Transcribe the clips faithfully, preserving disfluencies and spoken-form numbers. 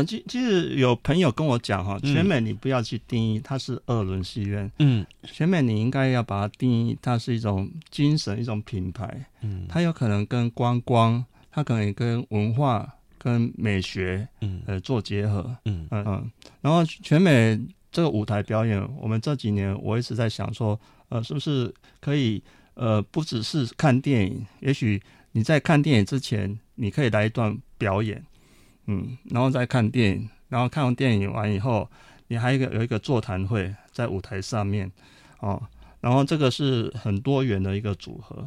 呃，其其实有朋友跟我讲哈，全美你不要去定义它是二轮戏院，嗯，全美你应该要把它定义，它是一种精神，一种品牌，嗯，它有可能跟观光，它可能也跟文化、跟美学，嗯，呃，做结合，嗯嗯嗯，然后全美这个舞台表演，我们这几年我一直在想说，呃，是不是可以，呃，不只是看电影，也许你在看电影之前，你可以来一段表演。嗯，然后再看电影，然后看完电影完以后，你还有一个有一个座谈会在舞台上面，哦，然后这个是很多元的一个组合。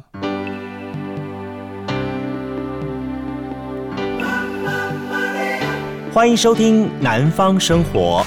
欢迎收听《南方生活》。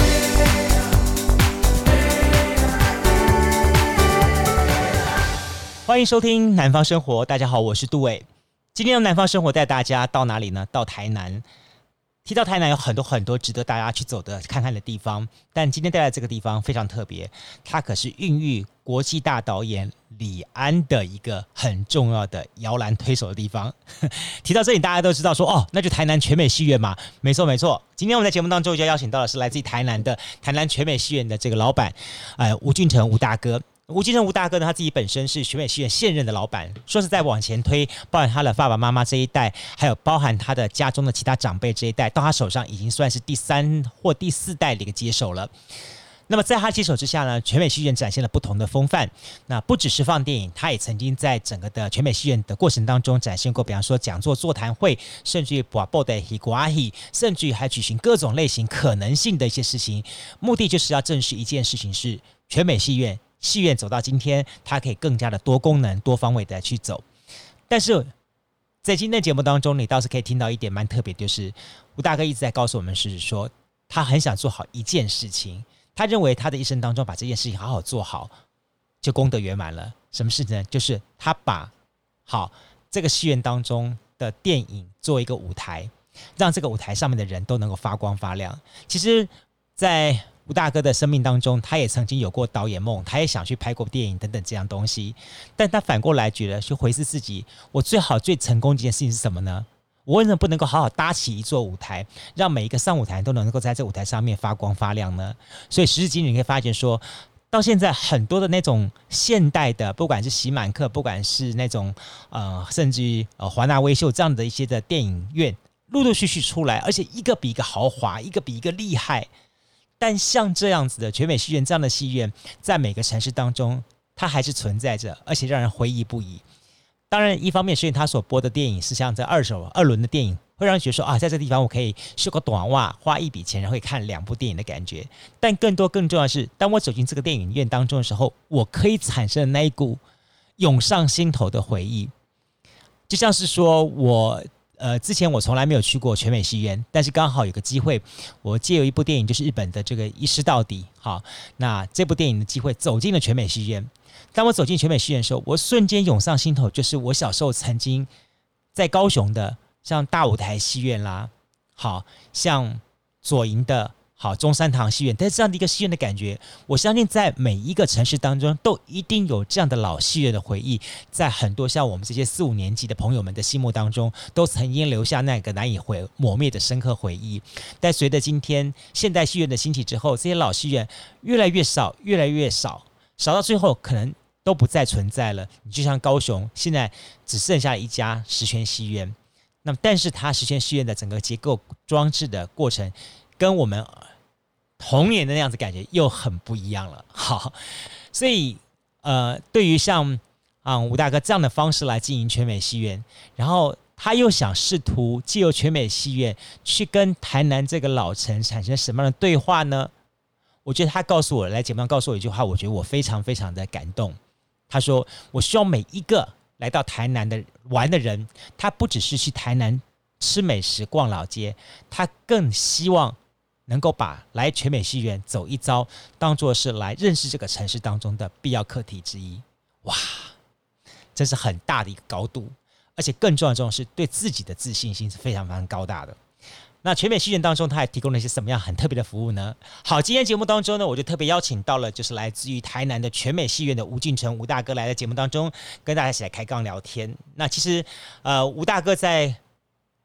欢迎收听《南方生活》，大家好，我是杜伟。今天的南方生活带大家到哪里呢？到台南。提到台南有很多很多值得大家去走的看看的地方，但今天带来这个地方非常特别，它可是孕育国际大导演李安的一个很重要的摇篮推手的地方。提到这里大家都知道说，哦，那就台南全美戏院嘛。没错没错，今天我们在节目当中就邀请到的是来自于台南的台南全美戏院的这个老板，呃，吴俊成吴大哥。吴金城吴大哥呢，他自己本身是全美戏院现任的老板，说是在往前推，包含他的爸爸妈妈这一代，还有包含他的家中的其他长辈这一代，到他手上已经算是第三或第四代的一个接手了。那么在他接手之下呢，全美戏院展现了不同的风范。那不只是放电影，他也曾经在整个的全美戏院的过程当中展现过，比方说讲座、座谈会，甚至于播报的喜瓜喜，甚至于还举行各种类型可能性的一些事情，目的就是要证实一件事情是全美戏院。戏院走到今天，它可以更加的多功能、多方位的去走。但是在今天的节目当中，你倒是可以听到一点蛮特别，就是吴大哥一直在告诉我们是说，他很想做好一件事情，他认为他的一生当中把这件事情好好做好，就功德圆满了。什么事呢？就是他把好这个戏院当中的电影做一个舞台，让这个舞台上面的人都能够发光发亮。其实，在吴大哥的生命当中，他也曾经有过导演梦，他也想去拍过电影等等这样东西，但他反过来觉得去回思自己，我最好最成功的一件事情是什么呢？我为什么不能够好好搭起一座舞台，让每一个上舞台都能够在这舞台上面发光发亮呢？所以时至今日你可以发现说，到现在很多的那种现代的，不管是喜满客，不管是那种呃，甚至于呃华纳威秀这样的一些的电影院，陆陆续续出来，而且一个比一个豪华，一个比一个厉害。但像这样子的全美戏院这样的戏院，在每个城市当中，它还是存在着，而且让人回忆不已。当然，一方面是因为它所播的电影是像这二手二轮的电影，会让人觉得说啊，在这个地方我可以修个短袜，花一笔钱，然后可以看两部电影的感觉。但更多更重要的是，当我走进这个电影院当中的时候，我可以产生那一股涌上心头的回忆，就像是说我。呃，之前我从来没有去过全美戏院，但是刚好有个机会，我借由一部电影，就是日本的这个《医师到底》。好，那这部电影的机会走进了全美戏院。当我走进全美戏院的时候，我瞬间涌上心头，就是我小时候曾经在高雄的，像大舞台戏院啦，好像左营的。好，中山堂戏院，但是这样的一个戏院的感觉，我相信在每一个城市当中都一定有这样的老戏院的回忆，在很多像我们这些四五年级的朋友们的心目当中，都曾经留下那个难以回抹灭的深刻回忆。但随着今天现代戏院的兴起之后，这些老戏院越来越少，越来越少，少到最后可能都不再存在了。你就像高雄，现在只剩下一家石泉戏院，那么但是它石泉戏院的整个结构装置的过程，跟我们童年的那样子感觉又很不一样了。好，所以呃，对于像啊、嗯、吴大哥这样的方式来经营全美戏院，然后他又想试图藉由全美戏院去跟台南这个老城产生什么样的对话呢？我觉得他告诉我来节目上告诉我一句话，我觉得我非常非常的感动。他说：“我希望每一个来到台南的玩的人，他不只是去台南吃美食、逛老街，他更希望。”能够把来全美戏院走一遭当作是来认识这个城市当中的必要课题之一。哇，真是很大的一个高度，而且更重要的是对自己的自信心是非常非常高大的。那全美戏院当中，它还提供了一些什么样很特别的服务呢？好，今天节目当中呢，我就特别邀请到了就是来自于台南的全美戏院的吴俊成吴大哥来到节目当中，跟大家一起来开杠聊天。那其实呃，吴大哥在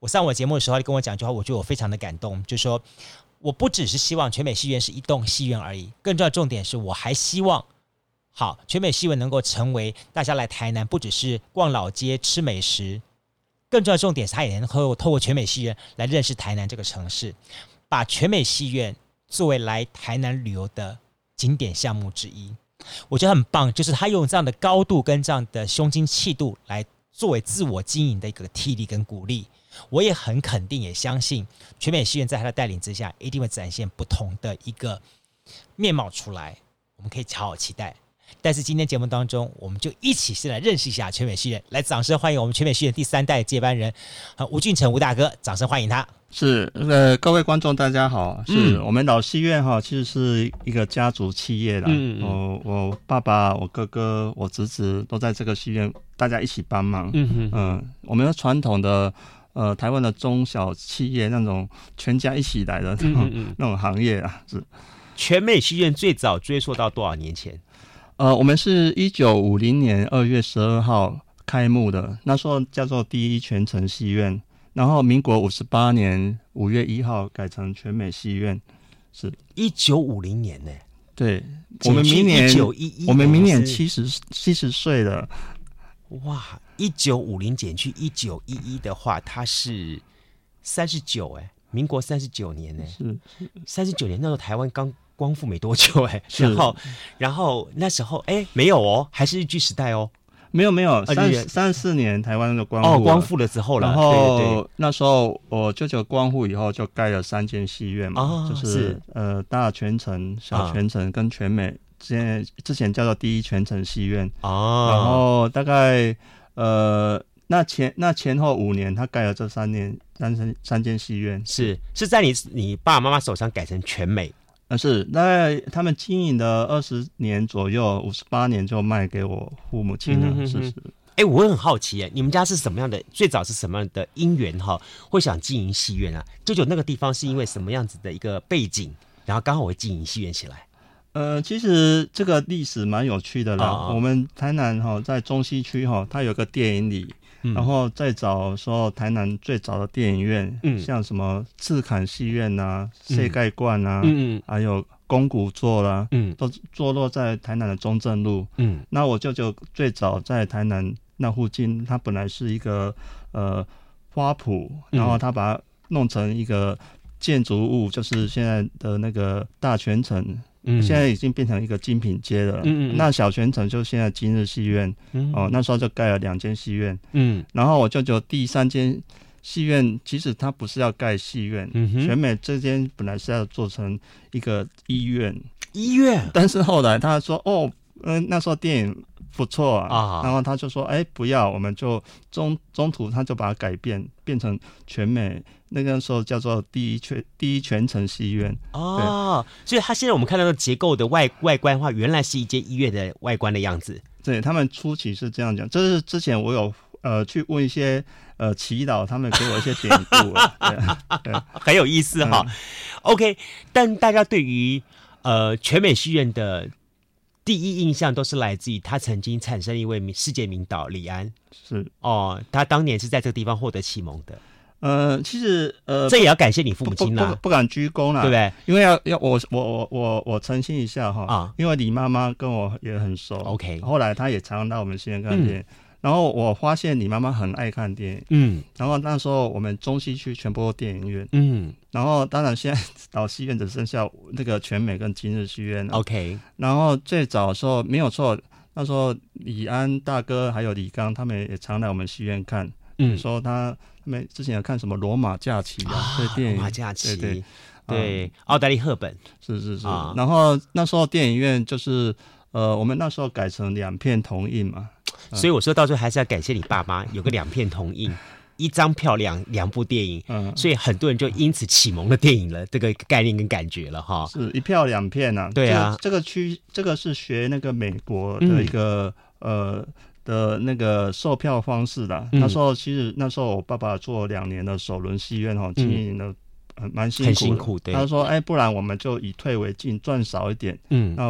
我上我节目的时候，他跟我讲一句话，我觉得我非常的感动，就是说我不只是希望全美戏院是一栋戏院而已，更重要的重点是我还希望好全美戏院能够成为大家来台南不只是逛老街吃美食，更重要的重点是他也能够透过全美戏院来认识台南这个城市，把全美戏院作为来台南旅游的景点项目之一。我觉得很棒，就是他用这样的高度跟这样的胸襟气度来作为自我经营的一个替力跟鼓励。我也很肯定也相信全美戏院在他的带领之下一定会展现不同的一个面貌出来，我们可以好好期待。但是今天节目当中我们就一起先来认识一下全美戏院，来掌声欢迎我们全美戏院第三代接班人吴俊成吴大哥，掌声欢迎他。 是呃，各位观众大家好，是、嗯、我们老戏院哈，其实是一个家族企业啦。嗯嗯，我我爸爸、我哥哥、我侄子都在这个戏院，大家一起帮忙。嗯嗯嗯、呃，我们传统的呃台湾的中小企业那种全家一起来的那种、嗯嗯、那种行业啊，是。 全美戏院最早追溯到多少年前？ 呃，我们是一九五零年二月十二号开幕的，那时候叫做第一全城戏院。然后民国五十八年五月一号改成全美戏院，是一九五零年呢、欸。 对，我们明年一九一一， 我们明年七十七十岁了。 哇，一九五零减去一九一一的话，它是三十九哎，民国三十九年呢、欸。 是三十九年，那时候台湾刚光复没多久哎、欸，然后然后那时候哎没有哦，还是日据时代哦。 没有没有，三三十四年台湾的光复哦，光复了之后了， 然后对对对那时候我舅舅光复以后就盖了三间戏院嘛，哦、就是, 是呃大全城、小全城跟全美，之前之前叫做第一全城戏院哦，然后大概呃那前那前后五年，他盖了这三年三三间戏院， 是是在你你爸爸妈妈手上改成全美。 呃是，那他们经营了二十年左右，五十八年就卖给我父母亲了，嗯、哼哼是是。 哎、欸，我很好奇，哎，你们家是什么样的？最早是什么样的因缘哈，会想经营戏院啊？舅舅那个地方是因为什么样子的一个背景，然后刚好会经营戏院起来？ 呃，其实这个历史蛮有趣的啦。哦哦我们台南哈，在中西区哈，它有个电影里。嗯、然后再早说台南最早的电影院，嗯、像什么赤坎戏院啊、世界馆啊，嗯嗯、还有宫古座啦、啊，嗯、都坐落在台南的中正路。嗯，那我舅舅最早在台南那附近，他本来是一个呃花圃，然后他把它弄成一个建筑物，就是现在的那个大全城。嗯，现在已经变成一个精品街了。嗯, 嗯那小全城就现在今日戏院，嗯、哦，那时候就盖了两间戏院。嗯，然后我舅舅第三间戏院，其实他不是要盖戏院，嗯、全美这间本来是要做成一个医院。 医院， 但是后来他说，哦，嗯、呃，那时候电影不错啊，啊然后他就说，哎，不要，我们就中中途他就把它改变，变成全美。那个时候叫做第一全第一全城戏院哦，所以他现在我们看到的结构的外外观的话，原来是一间医院的外观的样子。 对，他们初期是这样讲，这是之前我有呃去问一些呃祈祷，他们给我一些典故对，对很有意思哈。嗯、OK， 但大家对于呃全美戏院的第一印象都是来自于他曾经产生一位世界名导李安， 是哦，他当年是在这个地方获得启蒙的。 呃，其实呃， 这也要感谢你父母亲啦， 不不不敢鞠躬啦， 对不对？ 因为要要我我我我我澄清一下哈，啊，因为李妈妈跟我也很熟 ，OK， 后来她也常常到我们戏院看电影，嗯、然后我发现李妈妈很爱看电影，嗯，然后那时候我们中西区全部都电影院，嗯，然后当然现在老戏院只剩下那个全美跟今日戏院了 ，OK， 然后最早的时候没有错，那时候李安大哥还有李刚他们也常来我们戏院看，嗯，说他。他们之前有看什么《罗马假期》啊，这、啊、电影， 罗马假期， 对对对，奥黛丽·赫本， 是是是、啊。然后那时候电影院就是呃，我们那时候改成两片同映嘛， 嗯、所以我说到最后还是要感谢你爸妈有个两片同映，一张票两两部电影，嗯，所以很多人就因此启蒙了电影了这个概念跟感觉了哈。 是一票两片啊， 对啊， 这个区这个是学那个美国的一个、嗯、呃。的那个售票方式啦、嗯，那时候其实那时候我爸爸做两年的首轮戏院哈，经营的蛮辛苦的， 很辛苦。对， 他说，哎，不然我们就以退为进，赚少一点，嗯，然后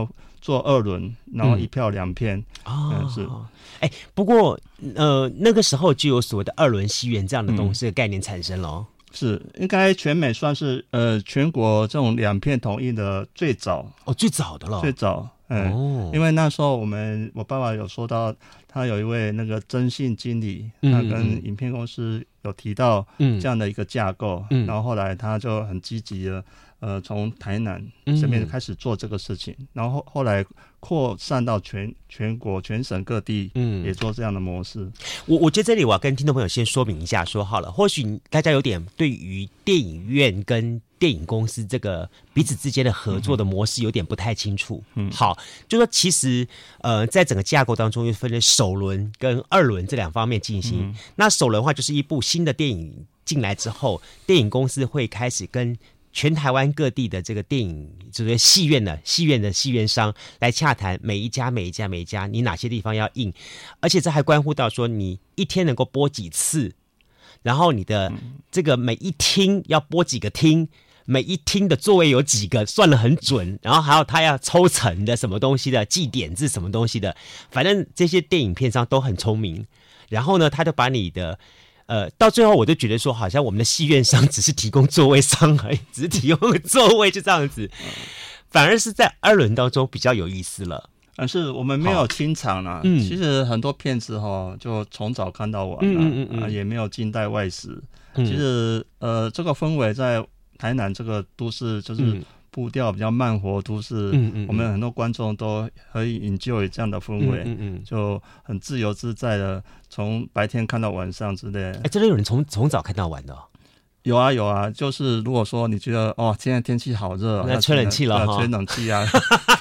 做二轮，然后一票两片。 哦、 嗯，是。 哎，不过呃，那个时候就有所谓的二轮戏院这样的东西的概念产生了、哦。 是，应该全美算是呃全国这种两片统一的最早哦，最早的了， 最早。嗯、哦，因为那时候我们我爸爸有说到，他有一位那个征信经理， 嗯、 他跟影片公司有提到这样的一个架构，嗯、然后后来他就很积极的呃从台南这边开始做这个事情，嗯、然后后来扩散到全全国全省各地，嗯，也做这样的模式。 我我觉得这里我要跟听众朋友先说明一下，说好了，或许大家有点对于电影院跟电影公司这个彼此之间的合作的模式有点不太清楚。嗯，好，就说其实呃，在整个架构当中又分成首轮跟二轮这两方面进行。嗯、那首轮的话，就是一部新的电影进来之后，电影公司会开始跟全台湾各地的这个电影，就是戏院的戏院的戏院商来洽谈每一家每一家每一家你哪些地方要映，而且这还关乎到说你一天能够播几次，然后你的这个每一厅要播几个厅。每一厅的座位有几个，算得很准，然后还有他要抽成的什么东西的，记点字什么东西的，反正这些电影片商都很聪明。然后呢，他就把你的，呃，到最后我就觉得说，好像我们的戏院商只是提供座位商而已，只是提供座位就这样子，反而是在二轮当中比较有意思了。 但是我们没有清场啦、啊嗯，其实很多片子哈，就从早看到晚了、啊嗯嗯嗯啊，也没有近代外史。嗯、其实呃，这个氛围在台南这个都市就是步调比较慢活都市，嗯嗯嗯、我们很多观众都可以 enjoy 这样的氛围，嗯嗯嗯、就很自由自在的从白天看到晚上之类。 哎，真的有人从从早看到晚的、哦？ 有啊有啊，就是如果说你觉得哦，现在天气好热、哦， 那吹冷气了哈， 吹冷气啊。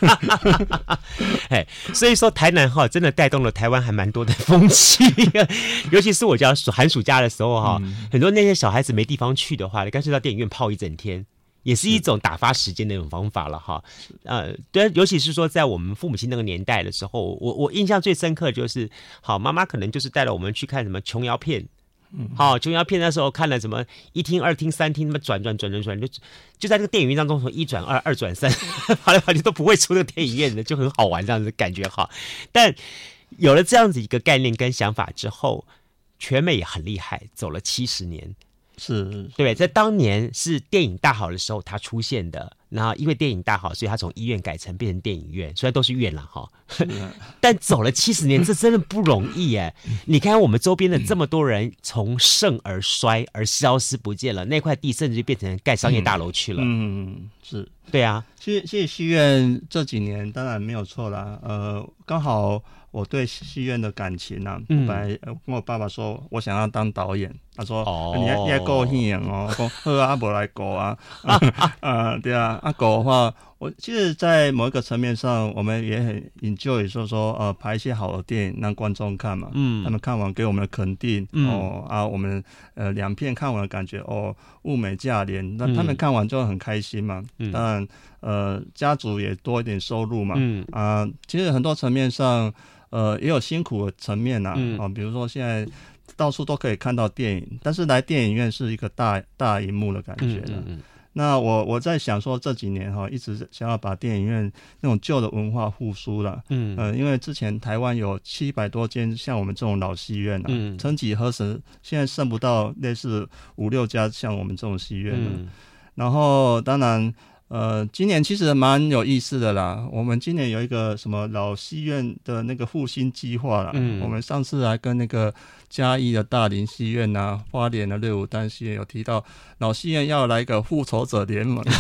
哎，所以说台南哈真的带动了台湾还蛮多的风气，尤其是我家寒暑假的时候哈、嗯，很多那些小孩子没地方去的话，你干脆到电影院泡一整天，也是一种打发时间的一种方法了哈。呃，对，尤其是说在我们父母亲那个年代的时候，我我印象最深刻的就是，好妈妈可能就是带了我们去看什么琼瑶片。嗯，好，琼瑶片那时候看了什么一厅、二厅、三厅，那么转转转转转，就就在这个电影院当中，从一转二、二转三，跑来跑去都不会出那个电影院的，就很好玩，这样子的感觉哈。但有了这样子一个概念跟想法之后，全美也很厉害，走了七十年， 是， 对不对？在当年是电影大好的时候，它出现的。然后因为电影大好，所以他从医院改成变成电影院，虽然都是院啦哈，但走了七十年，这真的不容易哎。你看我们周边的这么多人从盛而衰而消失不见了，那块地甚至就变成盖商业大楼去了。 嗯，是， 对啊。 其实戏院这几年当然没有错啦，呃，刚好我对戏院的感情啊，嗯、本来跟我爸爸说我想要当导演，他说、哦啊、你要你要够演哦，我说好啊，不来搞啊，啊对啊。啊，狗的话，我其实，在某一个层面上，我们也很 enjoy， 说说呃，拍一些好的电影让观众看嘛，嗯，他们看完给我们的肯定，嗯、哦啊，我们呃两片看完的感觉，哦，物美价廉，那他们看完就很开心嘛，嗯、当然呃，家族也多一点收入嘛，嗯啊，其实很多层面上，呃，也有辛苦的层面呐、啊，嗯、啊，比如说现在到处都可以看到电影，但是来电影院是一个大大荧幕的感觉的。嗯嗯嗯那我我在想说这几年哈，一直想要把电影院那种旧的文化复苏了，嗯呃，因为之前台湾有七百多间像我们这种老戏院啊，嗯，曾几何时，现在剩不到类似五六家像我们这种戏院了。嗯、然后当然，呃，今年其实蛮有意思的啦。我们今年有一个什么老戏院的那个复兴计划啦，嗯，我们上次还跟那个嘉义的大林戏院啊，花莲的瑞武丹戏院有提到，老戏院要来一个复仇者联盟。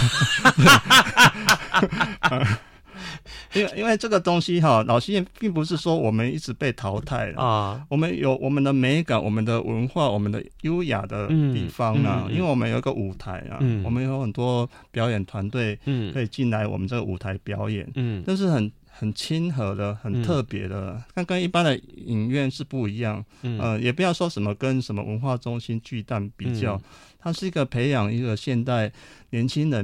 因为因为这个东西哈，老戏院并不是说我们一直被淘汰了啊，我们有我们的美感、我们的文化、我们的优雅的地方啊，嗯嗯、因为我们有一个舞台啊，嗯、我们有很多表演团队可以进来我们这个舞台表演，嗯，但是很很亲和的、很特别的，但、嗯、跟一般的影院是不一样，嗯，呃，也不要说什么跟什么文化中心巨蛋比较，嗯、它是一个培养一个现代年轻人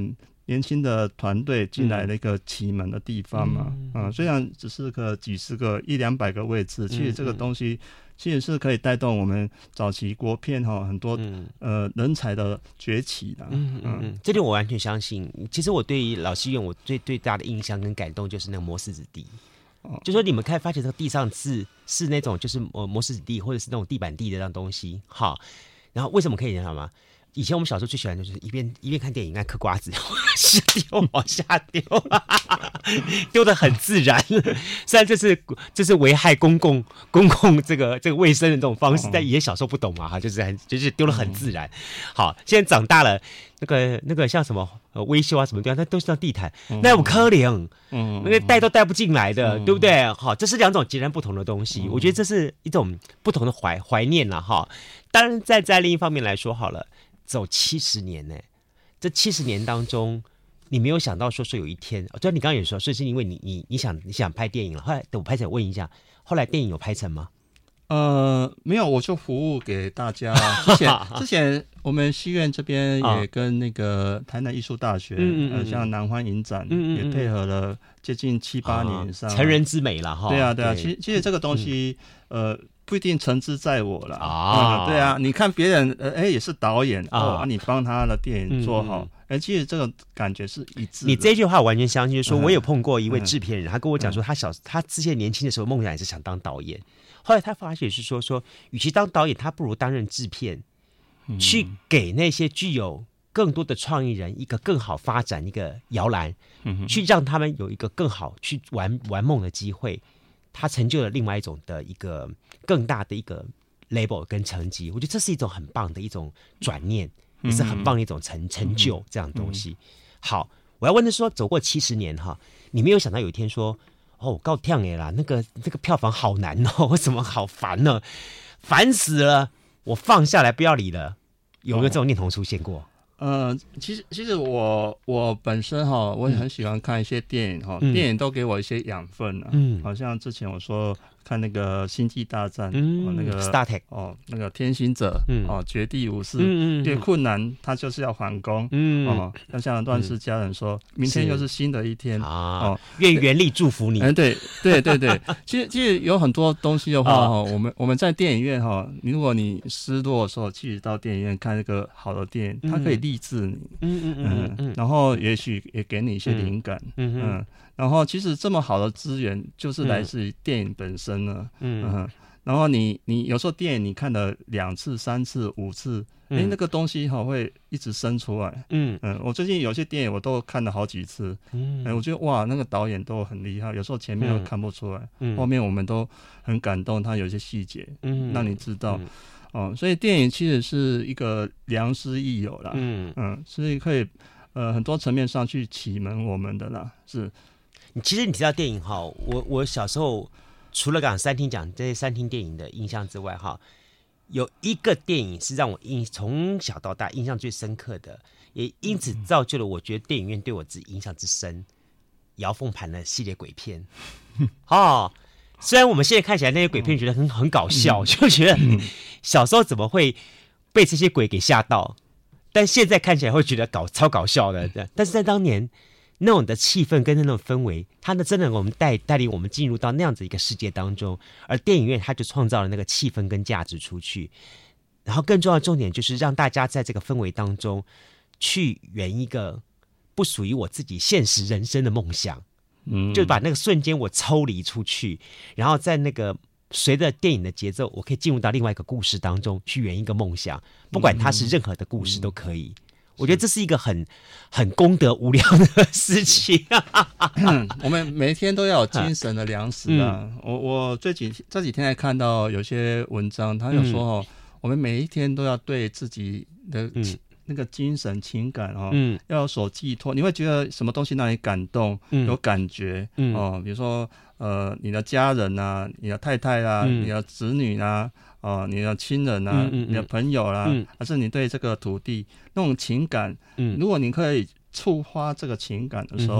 年轻的团队进来的一个启蒙的地方嘛。嗯，嗯虽然只是个几十个、一两百个位置，其实这个东西其实是可以带动我们早期国片哈很多、嗯、呃人才的崛起的。 嗯嗯嗯，这点我完全相信。其实我对于老戏院我最最大的印象跟感动就是那个摩斯子弟。就说你们开发现这个地上是是那种就是呃摩斯子地或者是那种地板地的那种东西，好，然后为什么可以这样吗？以前我们小时候最喜欢的就是一边一边看电影，一边嗑瓜子，是丢往下丢，丢得很自然。虽然这是这是危害公共公共这个这个卫生的这种方式，但以前小时候不懂嘛，哈，就是很就是丢得很自然。好，现在长大了，那个那个像什么呃维修啊什么地方，那都是像地毯，那有可怜，嗯，那个带都带不进来的，对不对？好，这是两种截然不同的东西。我觉得这是一种不同的怀怀念了哈。当然，在在另一方面来说，好了。走七十年呢、欸，这七十年当中，你没有想到说说有一天，虽然你刚刚也说，所以是因为你你你想你想拍电影了，后来等我拍成问一下，后来电影有拍成吗？ 呃，没有，我就服务给大家。之前之前我们戏院这边也跟那个台南艺术大学，嗯嗯呃，像南欢影展、嗯嗯、也配合了接近七八年以上， 成人之美了哈。 对啊对啊，对其实其实这个东西，嗯、呃。不一定成之在我了啊、嗯！对啊，你看别人，呃，哎，也是导演、啊、哦，你帮他的电影做好，哎、嗯，其实这个感觉是一致的。 你这句话我完全相信，就是说我有碰过一位制片人，嗯、他跟我讲说，他小他之前年轻的时候梦想也是想当导演，后来他发觉是说说，与其当导演，他不如担任制片，嗯、去给那些具有更多的创意人一个更好发展一个摇篮，嗯、去让他们有一个更好去玩玩梦的机会。他成就了另外一种的一个更大的一个 label 跟成绩，我觉得这是一种很棒的一种转念，也是很棒的一种成成就这样的东西。好，我要问的是说，走过七十年哈，你没有想到有一天说，哦，够跳耶啦，那个那个票房好难哦，为什么好烦呢？烦死了，我放下来不要理了，有没有这种念头出现过？ 呃，其实其实我我本身哈，我也很喜欢看一些电影哈，嗯、电影都给我一些养分啊。嗯，好像之前我说看那个《星际大战》，嗯，哦、那个 Star Trek 哦，那个天行者，嗯，哦，绝地武士，嗯嗯，越困难他就是要反攻，嗯哦，那像乱世佳人说，嗯、明天又是新的一天啊， 哦，愿原力祝福你。 嗯，对对对对，其实其实有很多东西的话哈，我们我们在电影院哈，如果你失落的时候，其实到电影院看那个好的电影，它可以励志你，嗯嗯嗯嗯，然后也许也给你一些灵感，嗯嗯，然后其实这么好的资源就是来自于电影本身呢，嗯嗯，然后你你有时候电影你看了两次、三次、五次，哎，那个东西哈会一直生出来，嗯嗯，我最近有些电影我都看了好几次，嗯，我觉得哇，那个导演都很厉害，有时候前面都看不出来，后面我们都很感动，他有一些细节，嗯，让你知道。哦，所以电影其实是一个良师益友啦，嗯嗯，所以可以呃很多层面上去启蒙我们的啦。是， 其实你提到电影哈，我我小时候除了讲三厅讲这些三厅电影的印象之外哈，有一个电影是让我印从小到大印象最深刻的，也因此造就了我觉得电影院对我之影响之深。姚凤盘的系列鬼片，哦。虽然我们现在看起来那些鬼片觉得很很搞笑，嗯、就觉得小时候怎么会被这些鬼给吓到，但现在看起来会觉得搞超搞笑的。但是在当年那种的气氛跟那种氛围，它呢真的我们带带领我们进入到那样子一个世界当中，而电影院它就创造了那个气氛跟价值出去。然后更重要的重点就是让大家在这个氛围当中去圆一个不属于我自己现实人生的梦想。嗯，就把那个瞬间我抽离出去，然后在那个随着电影的节奏，我可以进入到另外一个故事当中去圆一个梦想，不管它是任何的故事都可以。嗯、我觉得这是一个很很功德无量的事情、 嗯。我们每一天都要有精神的粮食啊！嗯、我我这几这几天还看到有些文章，他有说哦，嗯、我们每一天都要对自己的。嗯那个精神情感哦，嗯，要有所寄托，你会觉得什么东西让你感动，嗯、有感觉，嗯哦，比如说呃，你的家人啊，你的太太啊，嗯、你的子女啊，哦，你的亲人啊，嗯嗯、你的朋友啦、啊，嗯、还是你对这个土地那种情感，嗯，如果你可以触发这个情感的时候，嗯、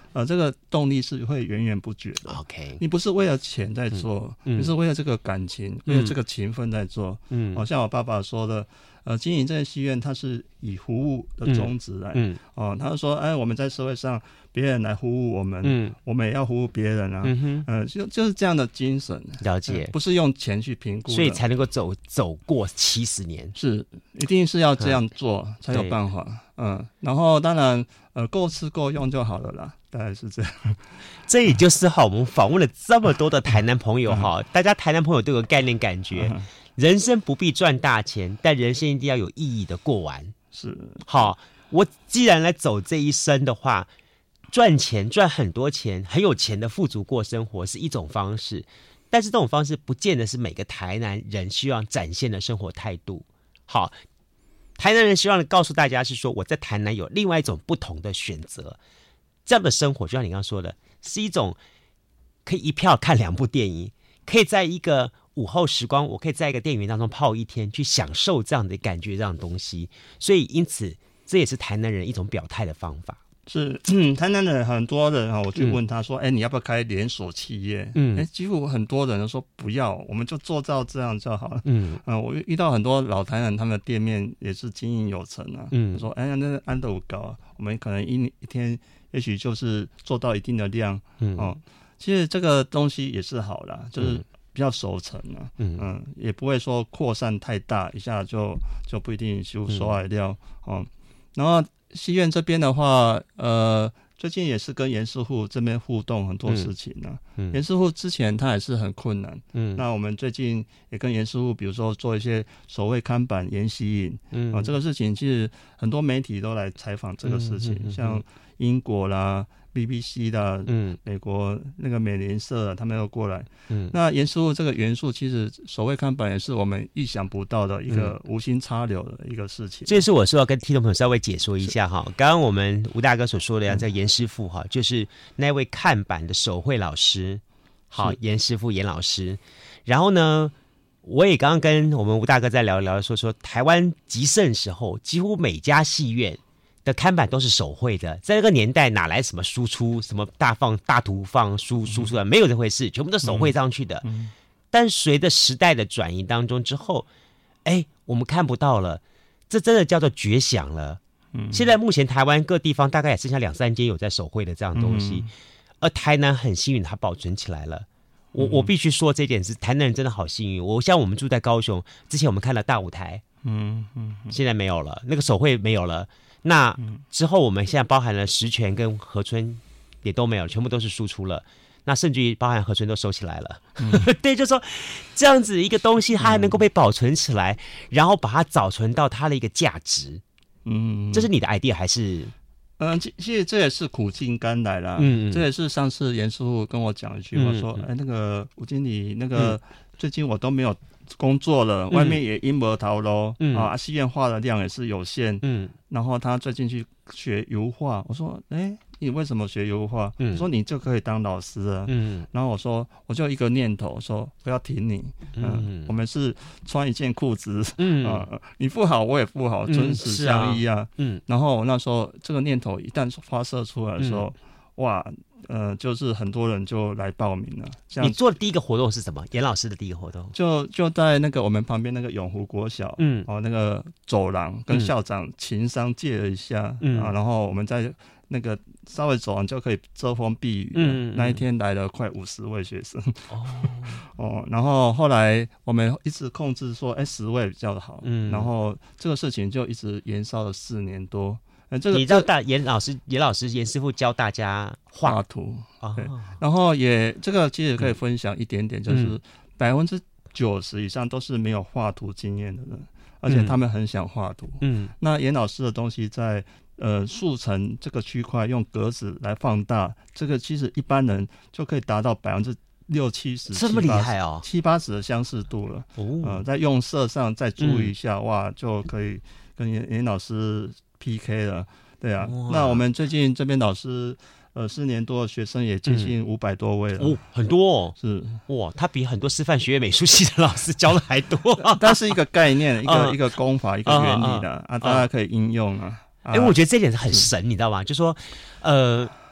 呃，这个动力是会源源不绝的。 OK， 你不是为了钱在做，嗯、你是为了这个感情，嗯、为了这个情分在做。嗯，好、哦、像我爸爸说的，呃，经营这个戏院，它是以服务的宗旨来。嗯，哦，他就说，哎，我们在社会上，别人来服务我们，嗯，我们也要服务别人啊。嗯哼，呃，就就是这样的精神。 了解、 呃，不是用钱去评估， 所以才能够走走过七十年。 是，一定是要这样做、嗯、才有办法。嗯，然后当然，呃，够吃够用就好了啦。大概是这样， 这也就是哈，我们访问了这么多的台南朋友哈，大家台南朋友都有个概念感觉，人生不必赚大钱，但人生一定要有意义的过完。 是， 好，我既然来走这一生的话，赚钱赚很多钱，很有钱的富足过生活是一种方式，但是这种方式不见得是每个台南人希望展现的生活态度。好，台南人希望告诉大家是说，我在台南有另外一种不同的选择。这样的生活就像你刚刚说的，是一种可以一票看两部电影，可以在一个午后时光，我可以在一个电影院当中泡一天，去享受这样的感觉，这样的东西。所以因此这也是台南人一种表态的方法。 是，嗯，台南人很多人啊，我去问他说，哎、嗯欸，你要不要开连锁企业？嗯，哎、欸，几乎很多人都说不要，我们就做到这样就好了。嗯，啊、呃，我遇到很多老台南，他们的店面也是经营有成啊。嗯，说，哎、欸，那安德五高啊，我们可能一一天也许就是做到一定的量。嗯，哦，其实这个东西也是好啦，就是比较熟成啊。嗯嗯，也不会说扩散太大，一下就就不一定修收来料。哦，然后。戏院这边的话，呃，最近也是跟严师傅这边互动很多事情呢、啊。嗯，严师傅之前他也是很困难，嗯，那我们最近也跟严师傅，比如说做一些手绘看板、研习营，嗯啊，这个事情其实很多媒体都来采访这个事情，嗯嗯嗯嗯、像英国啦。B B C 的，嗯，美国那个美联社、啊，他们要过来，嗯，那严师傅这个元素，其实手绘看板也是我们意想不到的一个无心插柳的一个事情。 这是我说要跟听众朋友稍微解说一下哈。刚刚我们吴大哥所说的呀，这严师傅哈，就是那位看板的手绘老师，好，严师傅严老师。然后呢，我也刚刚跟我们吴大哥在聊一聊，说说台湾极盛时候，几乎每家戏院的看板都是手绘的，在那个年代哪来什么输出，什么大放大图放输输出的，没有这回事，全部都手绘上去的。嗯嗯、但随着时代的转移当中之后，哎，我们看不到了，这真的叫做绝响了。嗯、现在目前台湾各地方大概也剩下两三间有在手绘的这样的东西，嗯、而台南很幸运，它保存起来了。我我必须说这点是台南人真的好幸运。我像我们住在高雄，之前我们看了大舞台，嗯嗯，现在没有了，那个手绘没有了。那之后我们现在包含了石泉跟河村也都没有，全部都是输出了。那甚至于包含河村都收起来了。嗯、对，就是说这样子一个东西，它还能够被保存起来，嗯、然后把它保存到它的一个价值。嗯，这是你的 idea 还是？ 嗯，其实这也是苦尽甘来啦。嗯，这也是上次严师傅跟我讲一句话说，哎、嗯，那个吴经理，那个、嗯、最近我都没有工作了，嗯、外面也阴谋逃喽，嗯、啊，戏院画的量也是有限，嗯，然后他最近去学油画，我说，哎，你为什么学油画？嗯，我说你就可以当老师了，嗯，然后我说我就一个念头，说不要挺你，嗯，嗯我们是穿一件裤子，嗯啊、呃，你不好我也不好，唇齿相依啊，嗯，啊、然后我那时候这个念头一旦发射出来的时候，嗯、哇。呃，就是很多人就来报名了。像你做的第一个活动是什么？严老师的第一个活动就就在那个我们旁边那个永湖国小，嗯，哦，那个走廊跟校长情商借了一下，嗯啊，然后我们在那个稍微走廊就可以遮风避雨，嗯，那一天来了快五十位学生，哦哦，然后后来我们一直控制说，哎，十位比较好，嗯，然后这个事情就一直延烧了四年多。呃、这个你让大严老师、严老师、严师傅教大家画, 画图，对，哦、然后也这个其实可以分享一点点，就是百分之九十以上都是没有画图经验的人，而且他们很想画图。嗯，那严老师的东西在呃速成这个区块用格子来放大，这个其实一般人就可以达到百分之六七十， 这么厉害哦， 七八十的相似度了。哦，呃，在用色上再注意一下，嗯、哇，就可以跟严严老师P K 了，对啊，那我们最近这边老师，呃，四年多的学生也接近五百多位了， 嗯、哦，很多哦， 是哇，他比很多师范学院美术系的老师教的还多， 但是一个概念，一个、啊、一个功法，一个原理的啊，啊，大家可以应用啊。 哎、啊欸，我觉得这点是很神，你知道吗？就说，呃。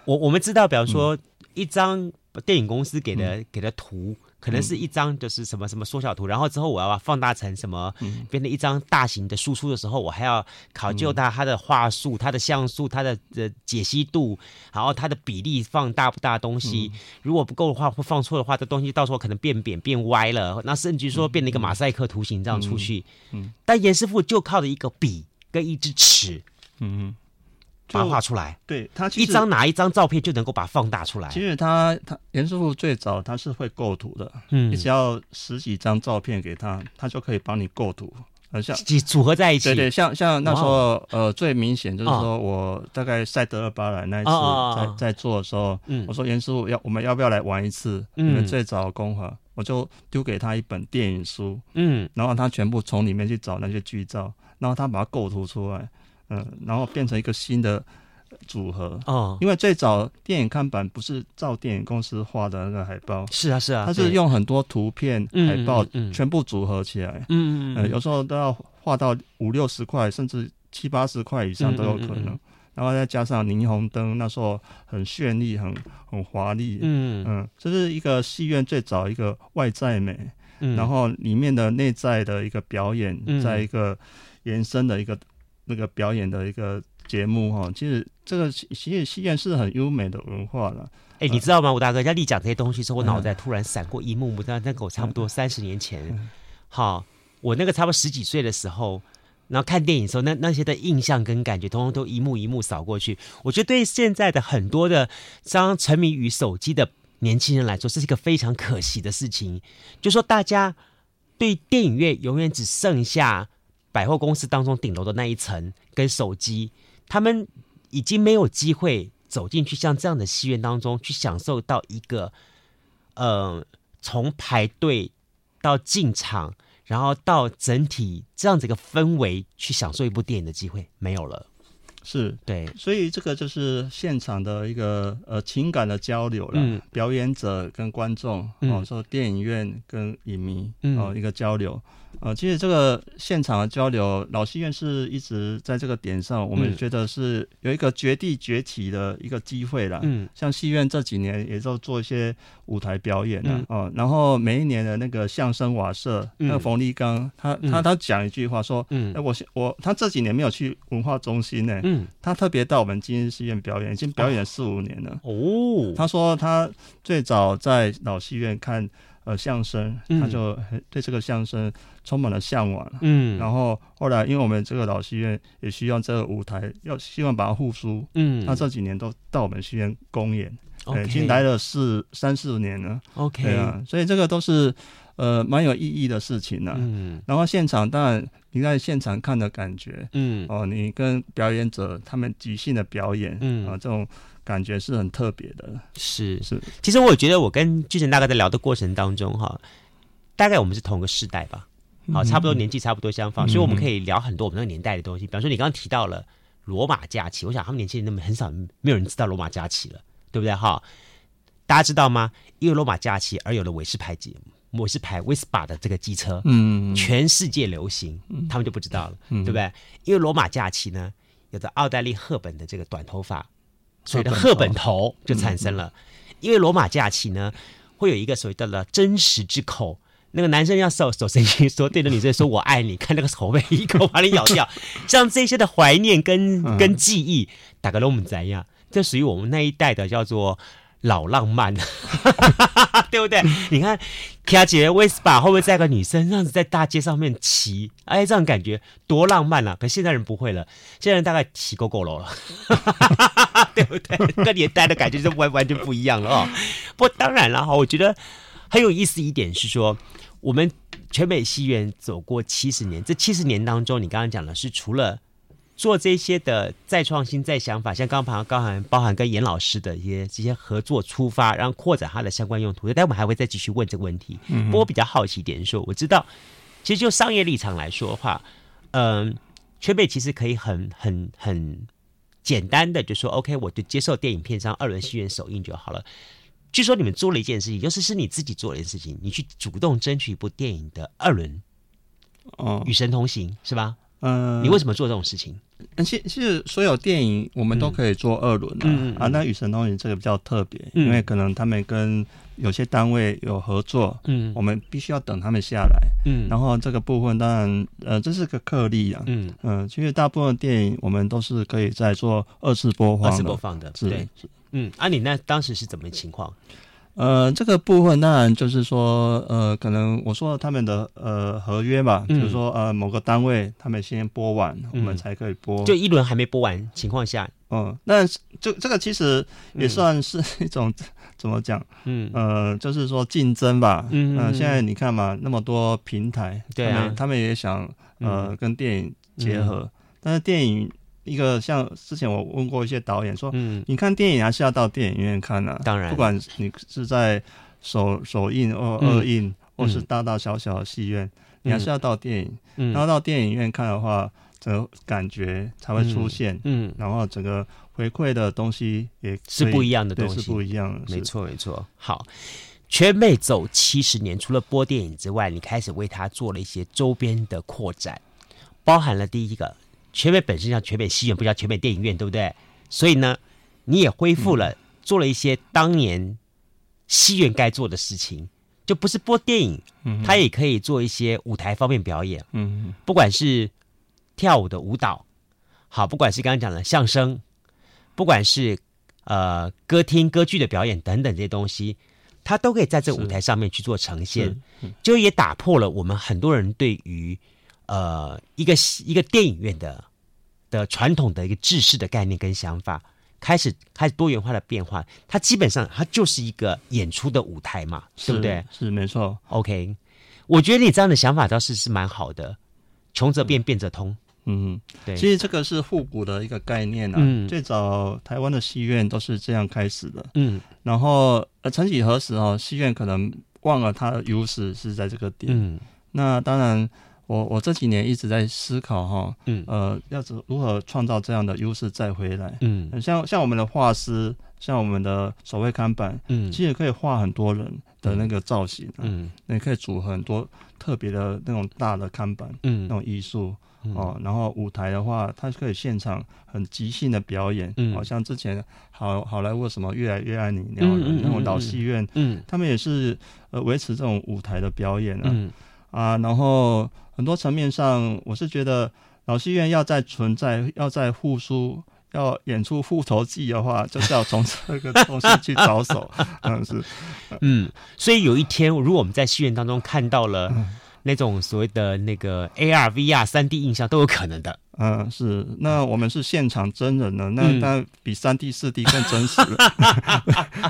我我们知道，比方说、嗯、一张电影公司给的、嗯、给的图。可能是一张就是什么什么缩小图，然后之后我要放大成什么，变成一张大型的输出的时候，我还要考究它它的画素、它的像素、它的呃解析度，然后它的比例放大不大的东西，如果不够的话，会放错的话，这东西到时候可能变扁变歪了，那甚至说变成一个马赛克图形这样出去。嗯，但严师傅就靠着一个笔跟一支尺，嗯。把它画出来， 对他一张拿一张照片就能够把它放大出来。 其实他他严师傅最早他是会构图的，嗯，你只要十几张照片给他，他就可以帮你构图，呃，像组合在一起。 对对，像像那时候呃最明显就是说我大概赛德尔巴莱那一次在在做的时候，嗯，我说严师傅要我们要不要来玩一次？你们最早攻华，我就丢给他一本电影书，嗯，然后他全部从里面去找那些剧照，然后他把它构图出来。嗯，然后变成一个新的组合哦，因为最早电影看板不是照电影公司画的那个海报， 是啊是啊， 它是用很多图片海报全部组合起来，嗯嗯嗯，有时候都要画到五六十块，甚至七八十块以上都有可能，嗯嗯嗯，然后再加上霓虹灯，那时候很绚丽，很很华丽，嗯嗯，这是一个戏院最早一个外在美，嗯，然后里面的内在的一个表演，嗯，在一个延伸的一个。那个表演的一个节目哈，其实这个其实戏院是很优美的文化了。 哎、欸，你知道吗？吴大哥在立讲这些东西时候，我脑袋突然闪过一幕幕，但那个我差不多三十年前，好、嗯，我那个差不多十几岁的时候，然后看电影的时候，那那些的印象跟感觉，通通都一幕一幕扫过去。我觉得对现在的很多的这样沉迷于手机的年轻人来说，这是一个非常可惜的事情。就说大家对电影院永远只剩下百货公司当中顶楼的那一层跟手机，他们已经没有机会走进去像这样的戏院当中去享受到一个呃从排队到进场，然后到整体这样子一个氛围去享受一部电影的机会没有了。 是对， 所以这个就是现场的一个呃情感的交流了，嗯，表演者跟观众，嗯、哦，说电影院跟影迷，嗯、哦，一个交流。呃，其实这个现场的交流，老戏院是一直在这个点上，我们觉得是有一个绝地崛起的一个机会啦。嗯，像戏院这几年也都做一些舞台表演啦，嗯、哦，然后每一年的那个相声瓦舍，嗯、那个冯立刚，他他他讲一句话说，嗯，欸、我我他这几年没有去文化中心呢，嗯，他特别到我们今日戏院表演，已经表演了四五年了。哦，他说他最早在老戏院看。呃，相声，他就对这个相声充满了向往。嗯，然后后来，因为我们这个老戏院也需要这个舞台，要希望把它复苏。嗯，他这几年都到我们戏院公演，okay. 已经来了四三四年了。OK， 对啊，所以这个都是呃蛮有意义的事情呢、啊。嗯，然后现场当然你在现场看的感觉，嗯，哦，你跟表演者他们即兴的表演，嗯啊，这种。感觉是很特别的， 是是。其实我觉得我跟巨成大哥在聊的过程当中，哈，大概我们是同个世代吧，好，差不多年纪差不多相仿，嗯、所以我们可以聊很多我们那个年代的东西。比方说，你刚刚提到了罗马假期，我想他们年轻人那么很少，没有人知道罗马假期了，对不对？哈，大家知道吗？因为罗马假期而有了韦氏牌节目。韦氏牌 Vespa 的这个机车，嗯，全世界流行，他们就不知道了，嗯、对不对？因为罗马假期呢，有着奥黛丽·赫本的这个短头发。所谓的赫本头就产生了，嗯、因为罗马假期呢，会有一个所谓的真实之口，那个男生要手手伸进去说对着女生说我爱你，看那个口被一口把你咬掉，像这些的怀念跟跟记忆，大概都我们怎样？这属于我们那一代的叫做老浪漫，对不对？你看卡姐威斯巴会不会载个女生这样子在大街上面骑？哎，这样感觉多浪漫啊！可现在人不会了，现在人大概骑够够了，对不对？跟年代的感觉就完完全不一样了哦。不过当然了哈，我觉得很有意思一点是说，我们全美戏院走过七十年，这七十年当中，你刚刚讲的是除了做这些的再创新、再想法，像刚刚包含包含跟严老师的一些这些合作出发，然后扩展它的相关用途。但我们还会再继续问这个问题。嗯、不过我比较好奇一点是说，我知道其实就商业立场来说的话，嗯、呃，全美其实可以很很很简单的就说 ，OK， 我就接受电影片商二轮戏院首映就好了。据说你们做了一件事情，就是是你自己做了一件事情，你去主动争取一部电影的二轮，哦，与神同行是吧？嗯，你为什么做这种事情？ 其其实所有电影我们都可以做二轮啊，嗯嗯嗯啊，那与神同行这个比较特别，嗯、因为可能他们跟有些单位有合作，嗯，我们必须要等他们下来，嗯，然后这个部分当然，呃，这是个特例啊，嗯嗯、呃，其实大部分电影我们都是可以在做二次播放的， 二次播放的，对，嗯，啊，你那当时是怎么情况？ 呃，这个部分当然就是说，呃，可能我说他们的呃合约吧，嗯、就是说呃某个单位他们先播完，嗯、我们才可以播， 就一轮还没播完情况下， 嗯，那这这个其实也算是一种、嗯、怎么讲，嗯，呃，就是说竞争吧，嗯、呃，现在你看嘛，那么多平台， 对啊， 他们他们也想呃、嗯、跟电影结合，嗯、但是电影。一个像之前我问过一些导演说，嗯，你看电影还是要到电影院看啊， 当然， 不管你是在首首映或二映，嗯、或是大大小小的戏院，嗯、你还是要到电影，嗯、然后到电影院看的话，整个感觉才会出现，嗯，嗯然后整个回馈的东西也是不一样的东西， 是不一样的， 没错没错。好，全美走七十年，除了播电影之外，你开始为它做了一些周边的扩展，包含了第一个。全美本身叫全美戏院，不叫全美电影院，对不对？所以呢，你也恢复了，嗯、做了一些当年戏院该做的事情，就不是播电影，嗯、它也可以做一些舞台方面表演，嗯、不管是跳舞的舞蹈，好，不管是刚刚讲的相声，不管是呃歌厅歌剧的表演等等这些东西，它都可以在这个舞台上面去做呈现，就也打破了我们很多人对于呃一个一个电影院的。的传统的一个制式的概念跟想法，开始开始多元化的变化，它基本上它就是一个演出的舞台嘛，对不对？ 是没错。 OK， 我觉得你这样的想法倒是是蛮好的，穷则变，变则通。 嗯，对。其实这个是复古的一个概念啊，嗯、最早台湾的戏院都是这样开始的。嗯，然后呃，曾几何时哦，戏院可能忘了它的优势是在这个点。嗯，那当然。我我这几年一直在思考哈，嗯，呃，要如何创造这样的优势再回来，嗯，像像我们的画师，像我们的手绘看板，嗯，其实可以画很多人的那个造型，嗯，你可以组合很多特别的那种大的看板，嗯，那种艺术哦，然后舞台的话，它可以现场很即兴的表演，嗯，好像之前好好莱坞什么越来越爱你那种、嗯、那种老戏院，嗯，他们也是呃维持这种舞台的表演啊，嗯啊，然后。很多层面上，我是觉得老戏院要再存在，要再复苏，要演出复仇记的话，就是要从这个东西去着手。嗯，是， 嗯，所以有一天，如果我们在戏院当中看到了那种所谓的那个 A R、V R、三 D 印象，都有可能的。 嗯，是。那我们是现场真人的，那当然比三 D、四 D 更真实了。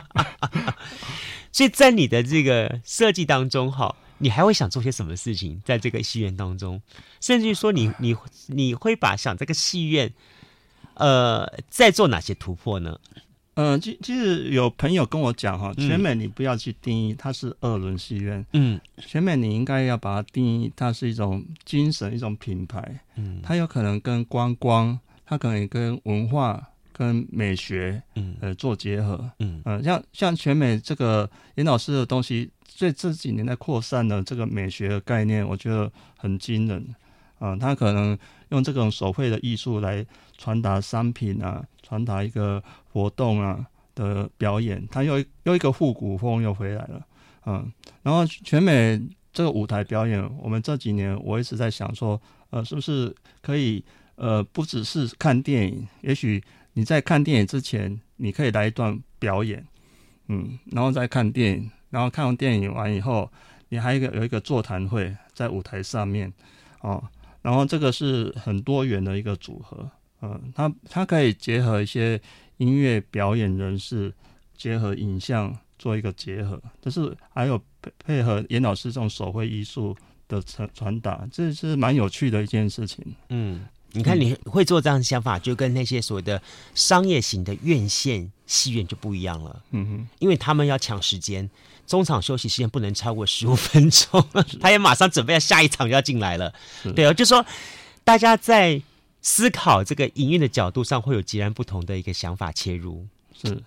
所以在你的这个设计当中，哈。你还会想做些什么事情在这个戏院当中？甚至于说你，你你会把想这个戏院，呃，再做哪些突破呢？ 呃，其其实有朋友跟我讲哈，全美你不要去定义它是二轮戏院，嗯，全美你应该要把它定义它是一种精神，一种品牌，嗯，它有可能跟观光，它可能跟文化。跟美学，嗯，呃，做结合，嗯，呃，像像全美这个严老师的东西，这这几年在扩散的这个美学的概念，我觉得很惊人，啊、呃，他可能用这种手绘的艺术来传达商品啊，传达一个活动啊的表演，他又又一个复古风又回来了，嗯、呃，然后全美这个舞台表演，我们这几年我一直在想说，呃，是不是可以，呃，不只是看电影，也许。你在看电影之前，你可以来一段表演，嗯，然后再看电影，然后看完电影完以后，你还有一个有一个座谈会在舞台上面，哦，然后这个是很多元的一个组合，嗯，它它可以结合一些音乐表演人士，结合影像做一个结合，就是还有配配合严老师这种手绘艺术的传传达，这是蛮有趣的一件事情，嗯。 你看你会做这样的想法，就跟那些所谓的商业型的院线戏院就不一样了。嗯哼，因为他们要抢时间，中场休息时间不能超过十五分钟，他也马上准备要下一场就要进来了。对啊，就说大家在思考这个营运的角度上会有截然不同的一个想法切入。 是，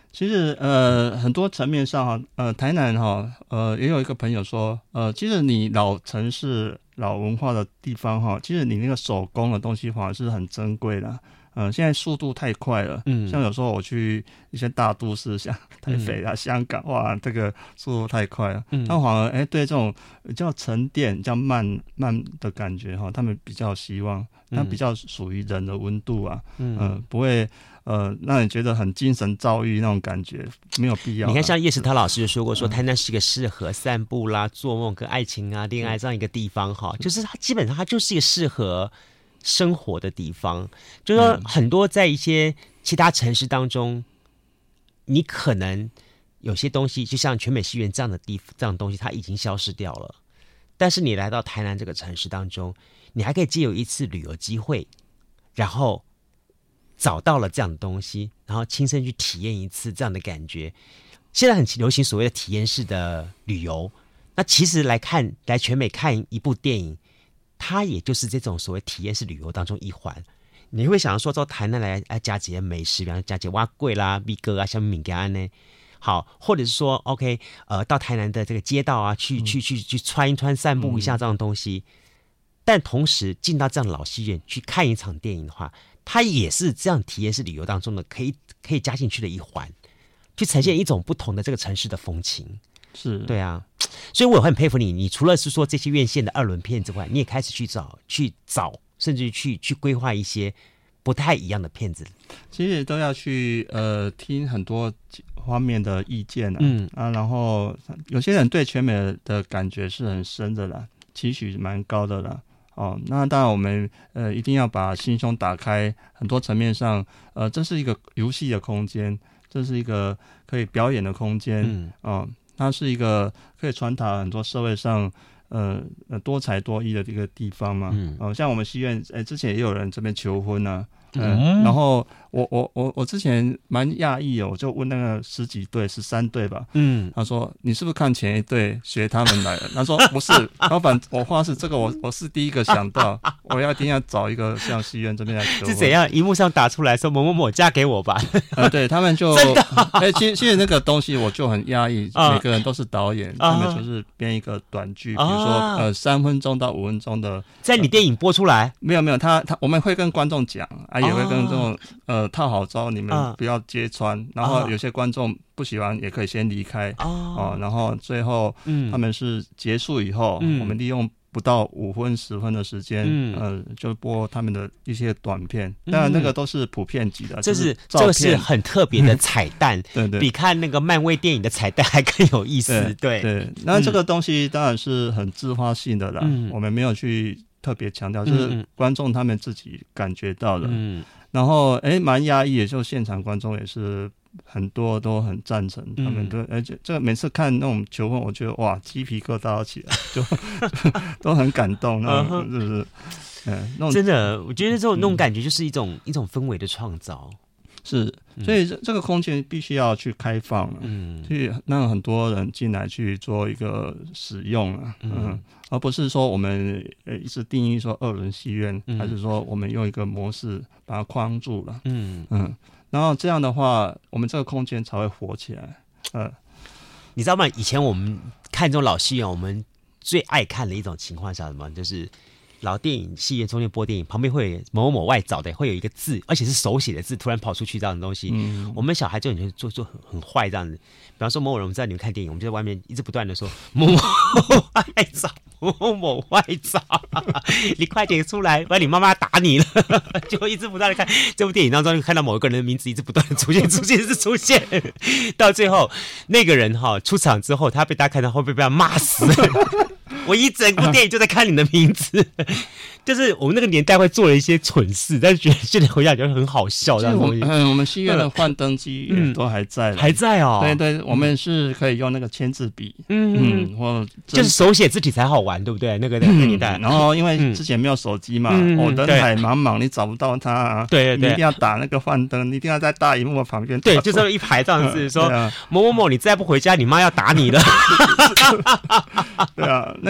其实呃，很多层面上哈，呃，台南哈，呃，也有一个朋友说，呃，其实你老城市、老文化的地方哈，其实你那个手工的东西反而是很珍贵的。呃，现在速度太快了，嗯，像有时候我去一些大都市，像台北啊、嗯、香港，哇，这个速度太快了，嗯，他反而哎对这种比较沉淀、比较慢慢的感觉哈，他们比较希望，它比较属于人的温度啊，嗯、呃，不会呃让你觉得很精神躁郁那种感觉，没有必要。 你看，像叶石涛老师就说过，说台南是一个适合散步啦、做梦跟爱情啊、恋爱这样一个地方哈，就是它基本上它就是一个适合生活的地方，就是说很多在一些其他城市当中，你可能有些东西，就像全美戏院这样的地这样的东西，它已经消失掉了。但是你来到台南这个城市当中，你还可以借由一次旅游机会，然后找到了这样的东西，然后亲身去体验一次这样的感觉。现在很流行所谓的体验式的旅游，那其实来看来全美看一部电影，它也就是这种所谓体验式旅游当中一环。你会想说到台南来来加几美食，比方加几碗粿啦、米糕啊、像米干呢，好，或者是说 OK， 呃，到台南的这个街道啊，去去去去穿一穿、散步一下这样的东西。嗯、但同时进到这样的老戏院去看一场电影的话，它也是这样体验式旅游当中的可以可以加进去的一环，去呈现一种不同的这个城市的风情。 是， 对啊。所以我很佩服你，你除了是说这些院线的二轮片之外，你也开始去找去找甚至去去规划一些不太一样的片子。 其实都要去呃听很多方面的意见啊，嗯啊，然后有些人对全美的感觉是很深的啦，期许蛮高的啦。哦，那当然我们呃一定要把心胸打开，很多层面上，呃，这是一个游戏的空间，这是一个可以表演的空间，嗯，哦。它是一个可以传达很多社会上呃多才多艺的一个地方嘛，嗯，呃、像我们戏院，哎，之前也有人这边求婚啊，呃、嗯，然后我我我我之前蛮讶异哦，我就问那个十几对十三对吧，嗯，他说你是不是看前一对学他们来的？他说不是，老板，我话是这个我我是第一个想到，我要一定要找一个像戏院这边来求婚。 是怎样？荧幕上打出来说某某某嫁给我吧？ 呃，对他们就真的， 哎，其实其实那个东西我就很压抑，啊、每个人都是导演，啊、他们就是编一个短剧，比如说、啊、呃三分钟到五分钟的， 在你电影播出来？呃、 没有没有，他他我们会跟观众讲啊，也会跟这种、啊、呃套好招，你们不要揭穿，啊、然后有些观众不喜欢也可以先离开哦、啊呃，然后最后、嗯、他们是结束以后，嗯、我们利用不到五分十分的时间，嗯，呃，就播他们的一些短片，当然那个都是普遍级的， 这是这个是很特别的彩蛋， 对对， 比看那个漫威电影的彩蛋还更有意思，对对, 对。那这个东西当然是很自发性的啦，嗯、我们没有去特别强调，就是观众他们自己感觉到的，嗯，然后哎，蛮压抑，也就现场观众也是。很多都很赞成，他们都而且这个每次看那种求婚，我觉得哇，鸡皮疙瘩起来，就都很感动，那种是不是？嗯，那种真的，我觉得这种那种感觉就是一种、嗯、一种氛围的创造。 是，所以这这个空间必须要去开放，嗯，去让很多人进来去做一个使用啊，嗯，嗯而不是说我们呃一直定义说二轮戏院，嗯、还是说我们用一个模式把它框住了，嗯嗯。然后这样的话，我们这个空间才会活起来。呃， 你知道吗？以前我们看这种老戏院，我们最爱看的一种情况是什么？就是老电影戏院中间播电影，旁边会有某某某外找的，会有一个字，而且是手写的字，突然跑出去这样的东西。嗯、我们小孩就很做做很很坏这样子。比方说某某人，我们知道你们看电影，我们就在外面一直不断的说某某外找。某某外找，你快点出来，不然你妈妈打你了。就一直不断的看这部电影当中，就看到某一个人的名字一直不断的出现，出现是出现，到最后那个人哈出场之后，他被大家看到会不会被他骂死？我一整部电影就在看你的名字，就是我们那个年代会做了一些蠢事，但是觉得现在回想觉得很好笑。这东西， 嗯，我们戏院的幻灯机也都还在， 还在哦。 对对，我们是可以用那个签字笔，嗯嗯，或就是手写字体才好玩，对不对？那个那个年代， 然后因为之前没有手机嘛，哦，人海茫茫，你找不到它， 对对， 你一定要打那个幻灯，你一定要在大荧幕旁边， 对，就这么一排这样子说某某某，你再不回家，你妈要打你了。 对啊，那个。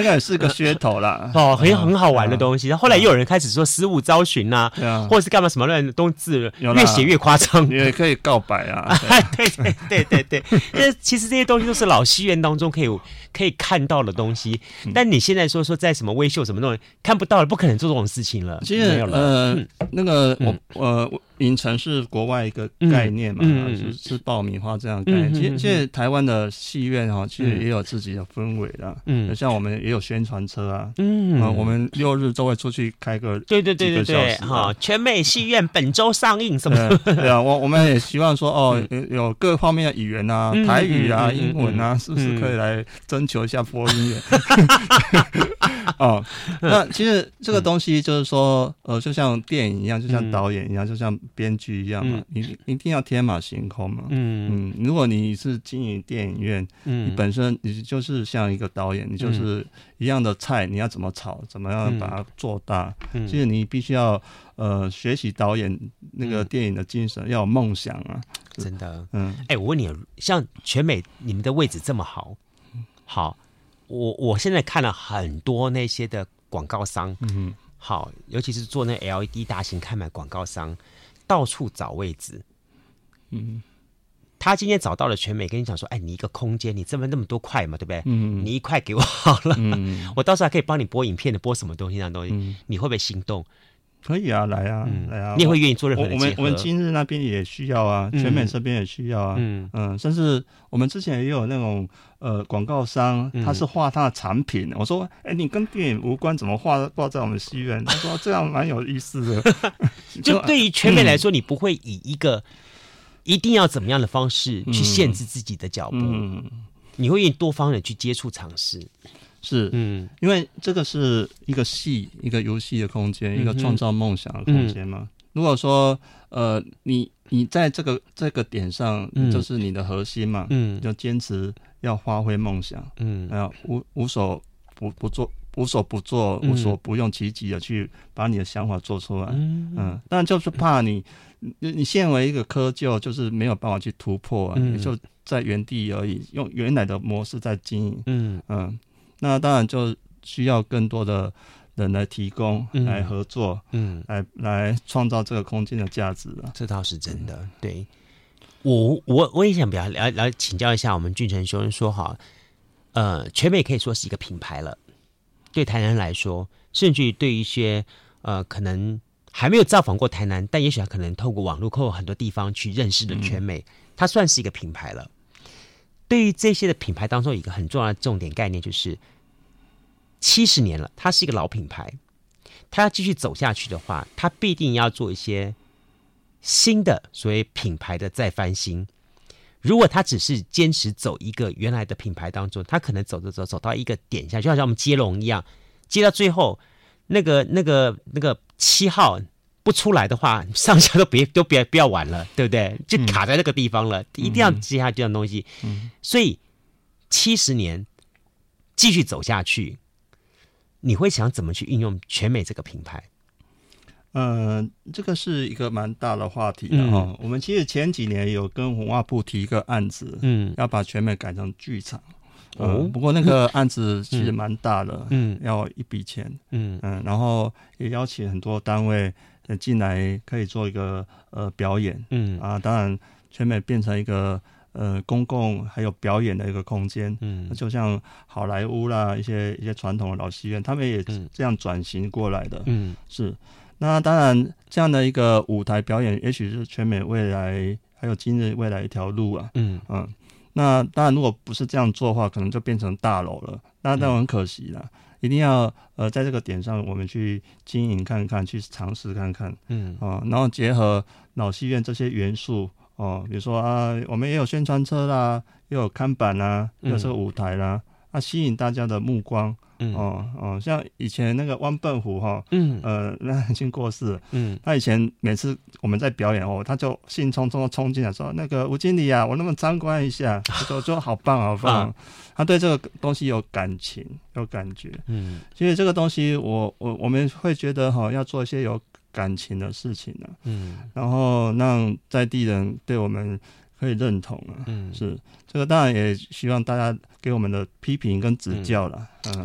该也是个噱头啦。 哦，很很好玩的东西。后来又有人开始说失物遭寻啊，啊或者是干嘛什么乱的东西，越写越夸张。 你也可以告白啊。 对对对对对，因为其实这些东西都是老戏院当中可以可以看到的东西。嗯、但你现在说说在什么微秀什么东西看不到了，不可能做这种事情了。 其实呃，嗯、那个我、嗯、呃。影城是国外一个概念嘛，嗯、是是爆米花这样的概念。嗯、其实现在台湾的戏院哈，其实也有自己的氛围的。嗯，像我们也有宣传车啊，嗯、呃，我们六日都会出去开个对对对对对，哈，全美戏院本周上映什么的。 对啊，我我们也希望说哦，有各方面的语言啊，嗯、台语啊、嗯、英文啊，是不是可以来征求一下播音员？哦，那其实这个东西就是说，呃，就像电影一样，就像导演一样，就像编剧一样嘛，嗯、你一定要天马行空嘛。嗯嗯，如果你是经营电影院，嗯，你本身你就是像一个导演，你就是一样的菜，你要怎么炒，怎么样把它做大？嗯，其实你必须要呃学习导演那个电影的精神，要有梦想啊。 真的，嗯，哎、欸，我问你，像全美你们的位置这么好，好。我我现在看了很多那些的广告商，嗯，好，尤其是做那 L E D 大型看板广告商，到处找位置，嗯，他今天找到了全美，跟你讲说，哎，你一个空间，你这么那么多块嘛，对不对？嗯，你一块给我好了，嗯，我到时候还可以帮你播影片的，播什么东西那东西，嗯、你会不会心动？ 可以啊，来啊，嗯、来啊！ 你也会愿意做任何的结合？ 我们我们今日那边也需要啊，嗯、全美这边也需要啊，嗯嗯，甚至我们之前也有那种呃广告商，他是画他的产品，嗯、我说，哎，你跟电影无关，怎么画挂在我们戏院？他说这样蛮有意思的。 就对于全美来说，嗯、你不会以一个一定要怎么样的方式去限制自己的脚步，嗯、你会愿意多方的去接触尝试。 是，嗯，因为这个是一个戏，一个游戏的空间，嗯、一个创造梦想的空间嘛。嗯、如果说，呃，你你在这个这个点上，就是你的核心嘛，嗯，就坚持要发挥梦想，嗯，啊，无无所不不做，无所不做，无所不用其极的去把你的想法做出来，嗯嗯，但就是怕你你你现为一个窠臼，就是没有办法去突破，啊，嗯、你就在原地而已，用原来的模式在经营，嗯嗯。那当然就需要更多的人来提供、嗯、来合作，嗯，来来创造这个空间的价值了。 这倒是真的。嗯、对，我我我也想比较来来请教一下我们俊成兄说哈，呃，全美可以说是一个品牌了，对台南人来说，甚至于对一些呃可能还没有造访过台南，但也许他可能透过网络、透过很多地方去认识的全美，嗯、它算是一个品牌了。对于这些的品牌当中，有一个很重要的重点概念，就是七十年了，它是一个老品牌，它要继续走下去的话，它必定要做一些新的所谓品牌的再翻新。如果它只是坚持走一个原来的品牌当中，它可能走着走走到一个点下，就好像我们接龙一样，接到最后那个那个那个七号不出来的话，上下都别都别不要玩了，对不对？就卡在那个地方了，嗯、一定要接下这样东西。嗯、所以七十年继续走下去，你会想怎么去运用全美这个品牌？ 呃，这个是一个蛮大的话题的哈、哦。嗯、我们其实前几年有跟文化部提一个案子，嗯，要把全美改成剧场。哦、嗯，不过那个案子其实蛮大的，嗯，要一笔钱，嗯嗯，然后也邀请很多单位进来可以做一个呃表演，嗯啊，当然全美变成一个呃公共还有表演的一个空间，嗯，就像好莱坞啦一些一些传统的老戏院，他们也这样转型过来的，嗯，是。那当然这样的一个舞台表演，也许是全美未来还有今日未来一条路啊，嗯嗯。那当然，如果不是这样做的话，可能就变成大楼了。那当然很可惜啦，嗯、一定要呃在这个点上，我们去经营看看，去尝试看看，嗯哦，然后结合老戏院这些元素哦，比如说啊，我们也有宣传车啦，也有看板啦，也有这个舞台啦，啊，吸引大家的目光。嗯、哦哦，像以前那个汪笨虎哈，嗯呃，那已经过世了，嗯，他以前每次我们在表演哦，他就兴冲冲的冲进来说：“那个吴经理啊，我能不能参观一下？”他说：“就好棒好棒。啊”他对这个东西有感情，有感觉，嗯，所以这个东西我我我们会觉得哈、哦，要做一些有感情的事情呢、啊，嗯，然后让在地人对我们可以认同啊，嗯，是这个当然也希望大家给我们的批评跟指教啦，嗯。嗯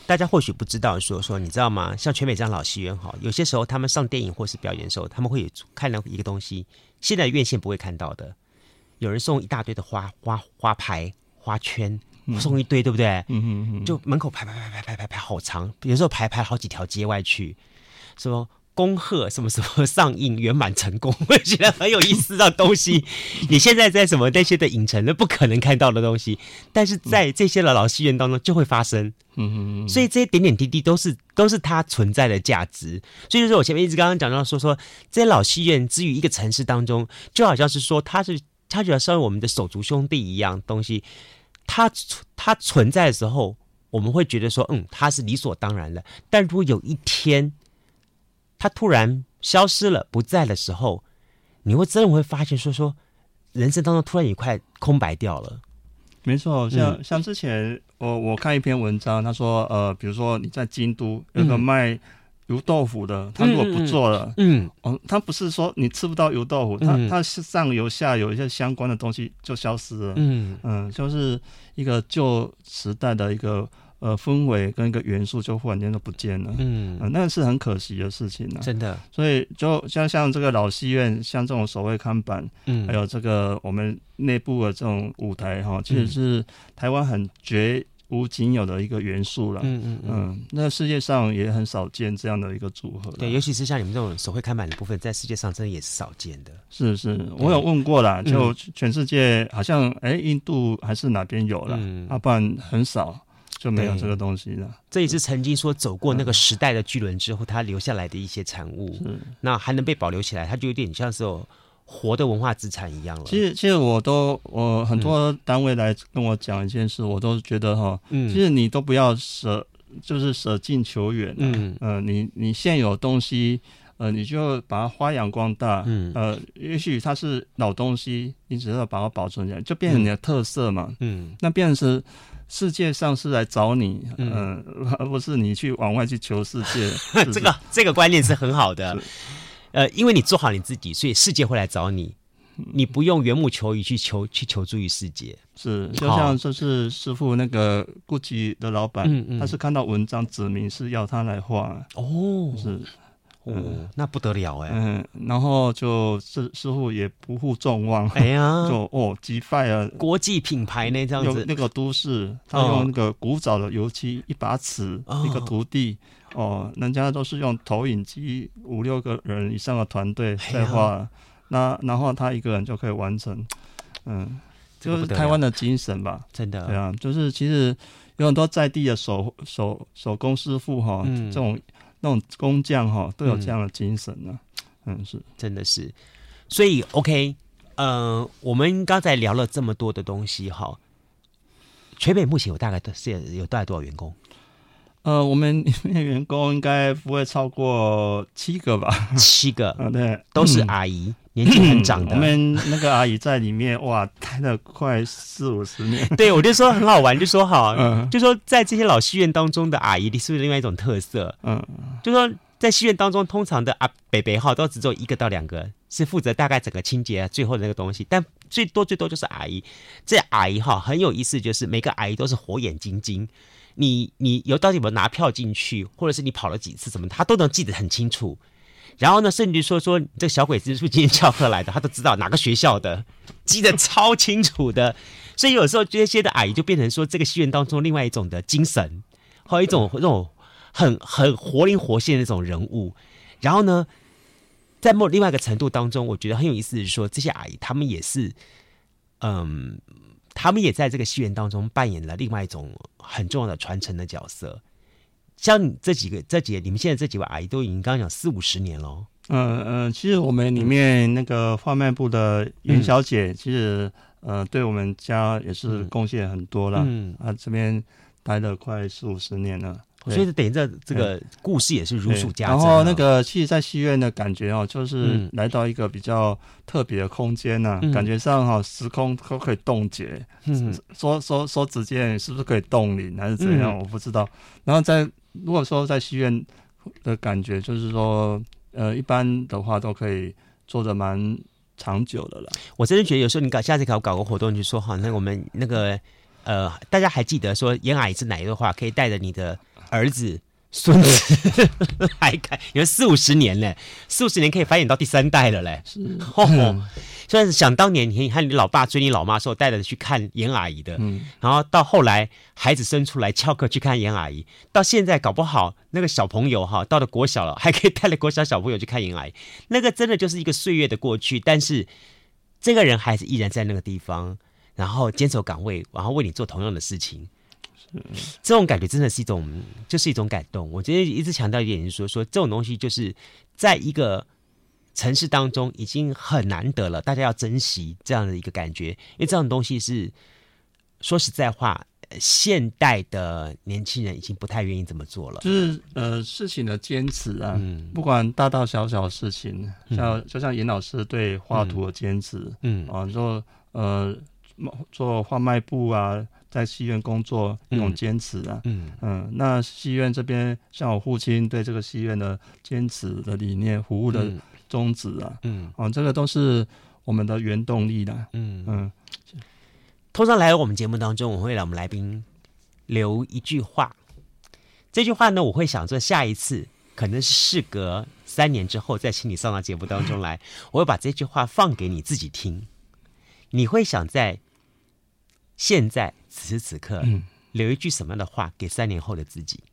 大家或许不知道说说，你知道吗？像全美这样老戏院哈，有些时候他们上电影或是表演的时候，他们会有看到一个东西，现在院线不会看到的，有人送一大堆的花花花牌、花圈，送一堆，对不对？嗯嗯嗯，就门口排排排排排排排好长，有时候排排好几条街外去，说恭贺什么什么上映圆满成功，我觉得很有意思的东西。你现在在什么那些的影城都不可能看到的东西，但是在这些的老戏院当中就会发生。嗯嗯，所以这些点点滴滴都是都是它存在的价值。所以就是我前面一直刚刚讲到说说这些老戏院之于一个城市当中，就好像是说它是它就像我们的手足兄弟一样东西，它它存在的时候，我们会觉得说嗯它是理所当然的，但如果有一天他突然消失了不在的时候，你会真的会发现说说人生当中突然一块空白掉了。 没错，像、嗯、像之前我我看一篇文章，他说呃，比如说你在京都有个卖油豆腐的，嗯、他如果不做了，嗯，哦，他不是说你吃不到油豆腐，他、嗯、他上游下游一些相关的东西就消失了，嗯嗯，就是一个旧时代的一个。呃，氛围跟一个元素就忽然间都不见了，嗯、呃，那是很可惜的事情啊， 真的。 所以就像像这个老戏院，像这种守卫看板，嗯，还有这个我们内部的这种舞台哈，其实是台湾很绝无仅有的一个元素了，嗯嗯嗯，那世界上也很少见这样的一个组合， 对，尤其是像你们这种守卫看板的部分，在世界上真的也是少见的。 是是，我有问过啦，就全世界好像哎、欸，印度还是哪边有了，嗯，啊，不然很少。就没有这个东西了。 这也是曾经说走过那个时代的巨轮之后，它留下来的一些产物，那还能被保留起来，它就有点像是有活的文化资产一样了。 其实，其实我都我很多单位来跟我讲一件事，嗯、我都觉得哈，嗯，其实你都不要舍，就是舍近求远、啊，嗯，呃，你你现有东西。呃，你就把它发扬光大，嗯，呃，也许它是老东西，你只要把它保存起来，就变成你的特色嘛，嗯，那变成是世界上是来找你，嗯、呃，而不是你去往外去求世界。 这个这个观念是很好的，呃，因为你做好你自己，所以世界会来找你，你不用缘木求鱼去求去求助于世界。 是，就像这是师傅那个GUCCI的老板，嗯嗯，他是看到文章指明是要他来画，哦，是。 哦，那不得了哎！ 嗯，然后就师师傅也不负众望， 哎呀， 就哦，击败了国际品牌那这样子。 那个都市，他用那个古早的油漆，一把尺，哦、一个徒弟，哦，人家都是用投影机，五六个人以上的团队在画，哎、那然后他一个人就可以完成，嗯，就是台湾的精神吧， 真的， 对啊，就是其实有很多在地的手手手工师傅哈，嗯、这种。那种工匠哈都有这样的精神呢、啊，嗯, 嗯是， 真的是，所以 OK， 呃，我们刚才聊了这么多的东西哈，全北目前有大概是有大概多少员工？ 呃，我们里面员工应该不会超过七个吧？ 七个， 嗯，对， 都是阿姨。嗯年纪很长的， 我们那个阿姨在里面哇，待了快四五十年。 对，我就说很好玩，就说好，嗯、就说在这些老戏院当中的阿姨，是不是另外一种特色？嗯，就说在戏院当中，通常的阿北北号都只有一个到两个是负责大概整个清洁最后的那个东西，但最多最多就是阿姨。这阿姨哈很有意思，就是每个阿姨都是火眼金睛。你你有到底有没有拿票进去，或者是你跑了几次什么，她都能记得很清楚。然后呢，甚至说说你这小鬼子是不是今天翘课来的，他都知道哪个学校的，记得超清楚的。所以有时候这些的阿姨就变成说这个戏院当中另外一种的精神，还有一种那种很很活灵活现的那种人物。然后呢，在某另外一个程度当中，我觉得很有意思的是说，这些阿姨她们也是，嗯，她们也在这个戏院当中扮演了另外一种很重要的传承的角色。像你这几个、这几个，你们现在这几位阿姨都已经刚刚讲四五十年了。 嗯嗯，其实我们里面那个贩卖部的严小姐，嗯、其实呃，对我们家也是贡献很多了。嗯，啊，这边待了快四五十年了。 所以等于这这个故事也是如数家珍。 然后那个，其实，在戏院的感觉哦，就是来到一个比较特别的空间呢、啊，嗯、感觉上哈、哦，时空都可以冻结。嗯，说说说直接是不是可以冻龄还是怎样？嗯、我不知道。然后在如果说在戏院的感觉，就是说，呃，一般的话都可以做得蛮长久的了。 我真的觉得有时候你搞下次搞搞个活动，你就说好，那我们那个呃，大家还记得说严阿姨是哪一个话，可以带着你的儿子、孙子来看，有四五十年嘞，四五十年可以繁衍到第三代了嘞。 是， 哦，虽然想当年你和你老爸追你老妈的时候，带着去看严阿姨的，嗯，然后到后来孩子生出来翘课去看严阿姨，到现在搞不好那个小朋友哈，到了国小了，还可以带着国小小朋友去看严阿姨，那个真的就是一个岁月的过去，但是这个人还是依然在那个地方，然后坚守岗位，然后为你做同样的事情。这种感觉真的是一种，就是一种感动。我觉得一直强调一点，就是说，说这种东西就是在一个城市当中已经很难得了，大家要珍惜这样的一个感觉，因为这种东西是说实在话，现代的年轻人已经不太愿意这么做了。 就是呃，事情的坚持啊，嗯、不管大大小小的事情，像、嗯、就像严老师对画图的坚持，嗯啊，做呃做画卖部啊。在戏院工作一种坚持啊，嗯嗯，那戏院这边像我父亲对这个戏院的坚持的理念、服务的宗旨啊，嗯，哦，这个都是我们的原动力啦，嗯嗯。 通常来到我们节目当中，我会让我们来宾留一句话，这句话呢，我会想说下一次可能是事隔三年之后再请你上到节目当中来，我会把这句话放给你自己听，你会想在现在此时此刻，嗯，留一句什么样的话给三年后的自己？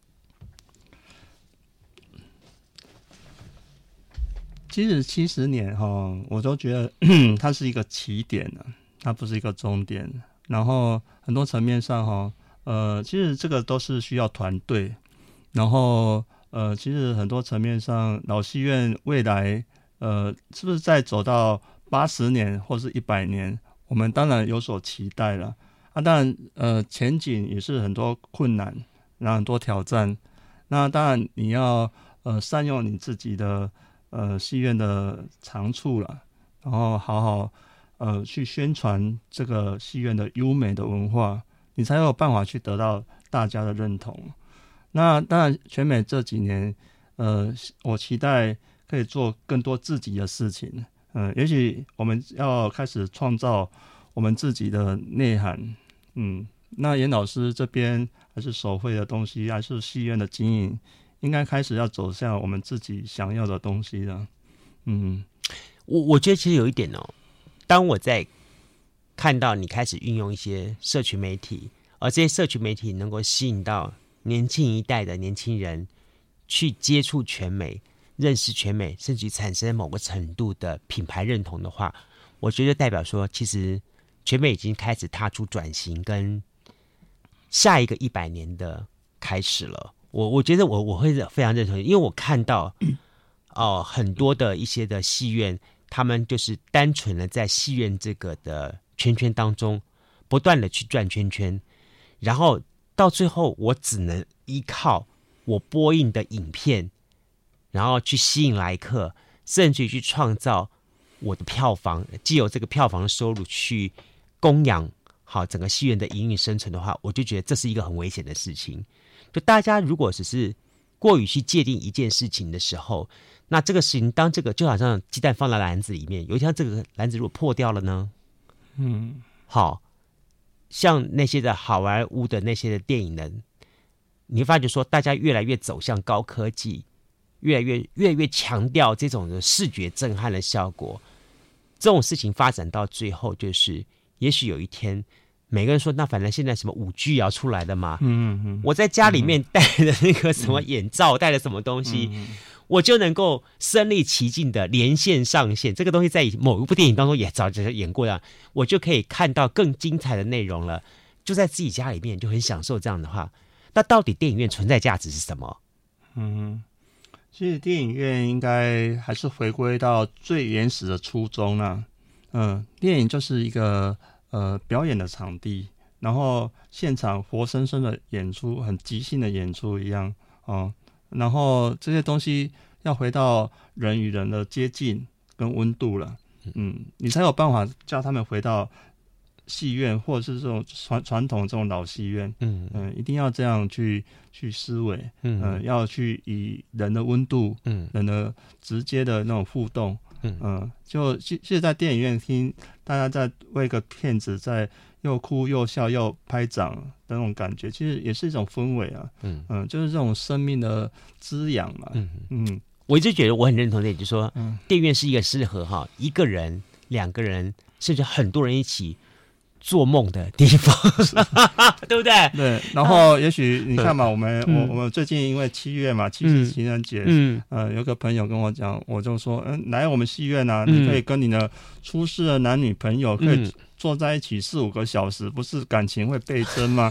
其实七十年哈，我都觉得它是一个起点啊，它不是一个终点。然后很多层面上哈，呃，其实这个都是需要团队。然后呃，其实很多层面上，老戏院未来呃，是不是再走到八十年或是一百年，我们当然有所期待了。啊，当然，呃，前景也是很多困难，然后很多挑战。那当然，你要呃善用你自己的呃戏院的长处了，然后好好呃去宣传这个戏院的优美的文化，你才有办法去得到大家的认同。那当然，全美这几年，呃，我期待可以做更多自己的事情。嗯、呃，也许我们要开始创造我们自己的内涵。嗯，那严老师这边还是手绘的东西，还是戏院的经营，应该开始要走向我们自己想要的东西了。嗯， 我我觉得其实有一点哦，当我在看到你开始运用一些社群媒体，而这些社群媒体能够吸引到年轻一代的年轻人去接触全美、认识全美，甚至产生某个程度的品牌认同的话，我觉得代表说，其实全美已经开始踏出转型跟下一个一百年的开始了。我我觉得我我会非常认同，因为我看到哦、呃、很多的一些的戏院，他们就是单纯的在戏院这个的圈圈当中不断的去转圈圈，然后到最后我只能依靠我播映的影片，然后去吸引来客，甚至于去创造我的票房，藉由这个票房的收入去供养好整个戏院的营运生存的话，我就觉得这是一个很危险的事情。就大家如果只是过于去界定一件事情的时候，那这个事情当这个就好像鸡蛋放在篮子里面，有一天这个篮子如果破掉了呢？嗯，好像那些的好莱坞的那些的电影人，你会发觉说大家越来越走向高科技，越来越越来越强调这种的视觉震撼的效果。这种事情发展到最后，就是也许有一天每个人说，那反正现在什么五 G 也要出来的嘛，嗯嗯，我在家里面带的那个什么眼罩，带了什么东西，嗯、我就能够身临其境的连线上线。这个东西在某一部电影当中也早就演过了，我就可以看到更精彩的内容了。就在自己家里面就很享受这样的话，那到底电影院存在价值是什么？ 嗯，其实电影院应该还是回归到最原始的初衷啦。嗯，电影就是一个呃表演的场地，然后现场活生生的演出，很即兴的演出一样哦。然后这些东西要回到人与人的接近跟温度了，嗯，你才有办法叫他们回到戏院或者是这种传传统这种老戏院，嗯嗯、呃，一定要这样去去思维，嗯、呃，要去以人的温度，嗯，人的直接的那种互动， 嗯嗯，就其实在电影院听大家在为一个片子在又哭又笑又拍掌的那种感觉，其实也是一种氛围啊。嗯嗯，就是这种生命的滋养嘛。嗯嗯， 我一直觉得我很认同这点，就是说，嗯，电影院是一个适合哈一个人、两个人，甚至很多人一起做梦的地方，对不对？ 对。然后也许你看嘛，我们、嗯、我我们最近因为七月嘛，七夕情人节，嗯，呃，有个朋友跟我讲，我就说，嗯、呃，来我们戏院啊，嗯、你可以跟你的出世的男女朋友可以坐在一起四五个小时，不是感情会倍增吗？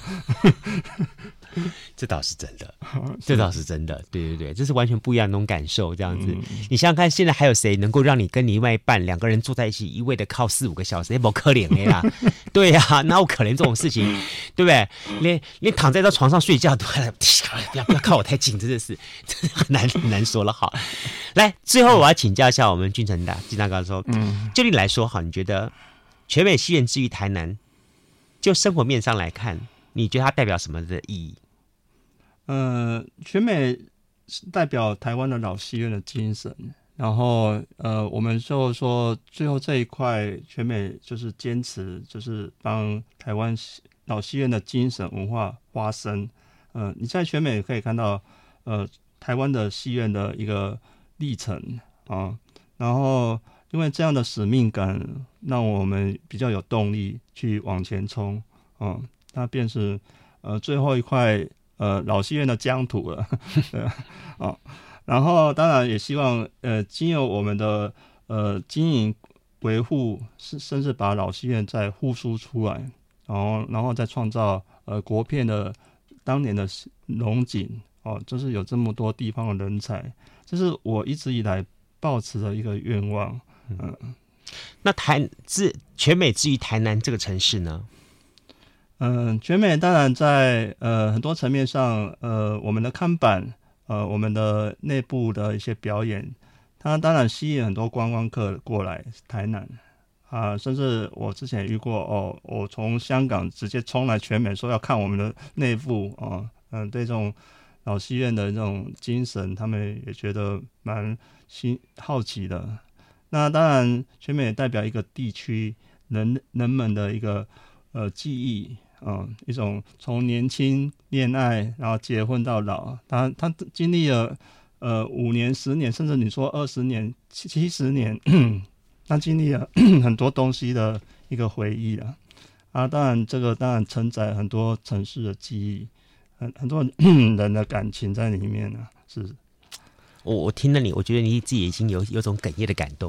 这倒是真的，这倒是真的，对对对，这是完全不一样的那种感受。这样子，嗯、你想想看，现在还有谁能够让你跟你另外一半两个人坐在一起，一味的靠四五个小时？也不可怜的啦，对呀、啊，哪有可怜这种事情，对不对？连连躺在这床上睡觉都不要不要靠我太近，真的是真的很难很难说了。好，来，最后我要请教一下我们君成大金大哥说，嗯，就你来说，好，你觉得全美戏院之于台南，就生活面上来看，你觉得它代表什么的意义？ 呃，全美代表台湾的老戏院的精神，然后呃，我们就说最后这一块，全美就是坚持，就是帮台湾老戏院的精神文化发声。呃，你在全美可以看到，呃，台湾的戏院的一个历程啊，然后因为这样的使命感，让我们比较有动力去往前冲啊，那便是呃最后一块。呃，老戏院的疆土了，对啊、哦，然后当然也希望呃，经由我们的呃经营维护，甚至把老戏院再复苏出来，然后然后再创造呃国片的当年的荣景哦，就是有这么多地方的人才，这是我一直以来抱持的一个愿望。嗯，嗯那台自全美之于台南这个城市呢？ 嗯，全美当然在呃很多层面上，呃，我们的看板，呃，我们的内部的一些表演，它当然吸引很多观光客过来台南啊、呃，甚至我之前遇过哦，我从香港直接冲来全美，说要看我们的内部啊，嗯、呃，对这种老戏院的这种精神，他们也觉得蛮新好奇的。那当然，全美也代表一个地区人人们的一个呃记忆。嗯，一种从年轻恋爱，然后结婚到老，他他经历了呃五年、十年，甚至你说二十年、七七十年，他经历了很多东西的一个回忆了啊。当然，这个当然承载很多城市的记忆，很很多人的感情在里面呢。是， 我我听了你，我觉得你自己已经有有种哽咽的感动。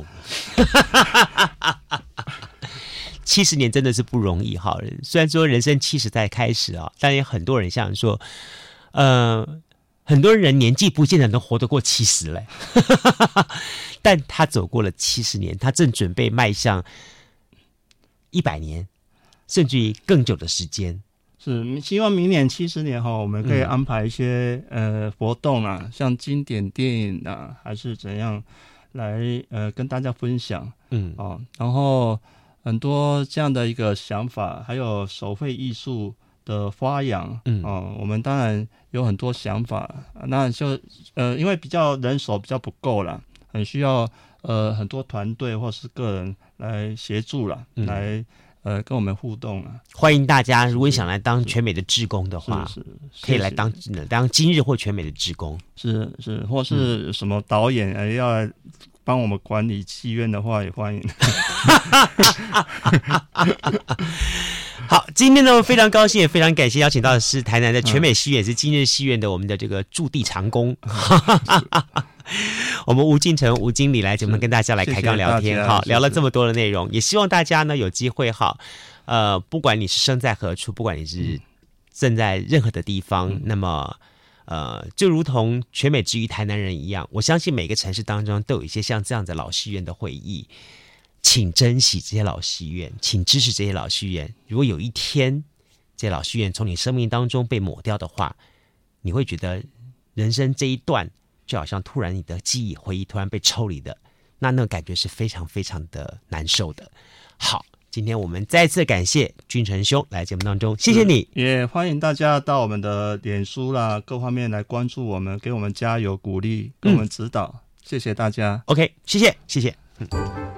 七十年真的是不容易哈，虽然说人生七十才开始啊，但也很多人像说，呃，很多人年纪不见得能活得过七十嘞，但他走过了七十年，他正准备迈向一百年，甚至于更久的时间。 是，希望明年七十年哈，我们可以安排一些、嗯、呃活动啊，像经典电影啊，还是怎样来呃跟大家分享，嗯哦，然后。很多这样的一个想法，还有手绘艺术的发扬，嗯哦，我们当然有很多想法，那就呃，因为比较人手比较不够啦，很需要呃很多团队或是个人来协助啦，嗯、来呃跟我们互动啦。 欢迎大家，如果你想来当全美的志工的话，是是可以来当当今日或全美的志工，是是，或是什么导演、呃、要来帮我们管理戏院的话，也欢迎。 好，今天呢非常高兴，也非常感谢邀请到的是台南的全美戏院，也是今日戏院的我们的这个驻地长工，我们吴进成吴经理来节目跟大家来开杠聊天，好，聊了这么多的内容，也希望大家呢有机会哈，呃，不管你是身在何处，不管你是正在任何的地方，嗯、那么。呃，就如同全美之于台南人一样，我相信每个城市当中都有一些像这样的老戏院的回忆，请珍惜这些老戏院，请支持这些老戏院。如果有一天这些老戏院从你生命当中被抹掉的话，你会觉得人生这一段就好像突然你的记忆回忆突然被抽离的，那那个感觉是非常非常的难受的。好，今天我们再次感谢君成兄来节目当中，谢谢你， 也欢迎大家到我们的脸书啦各方面来关注我们，给我们加油鼓励，给我们指导、嗯、谢谢大家。 OK， 谢谢谢谢。 嗯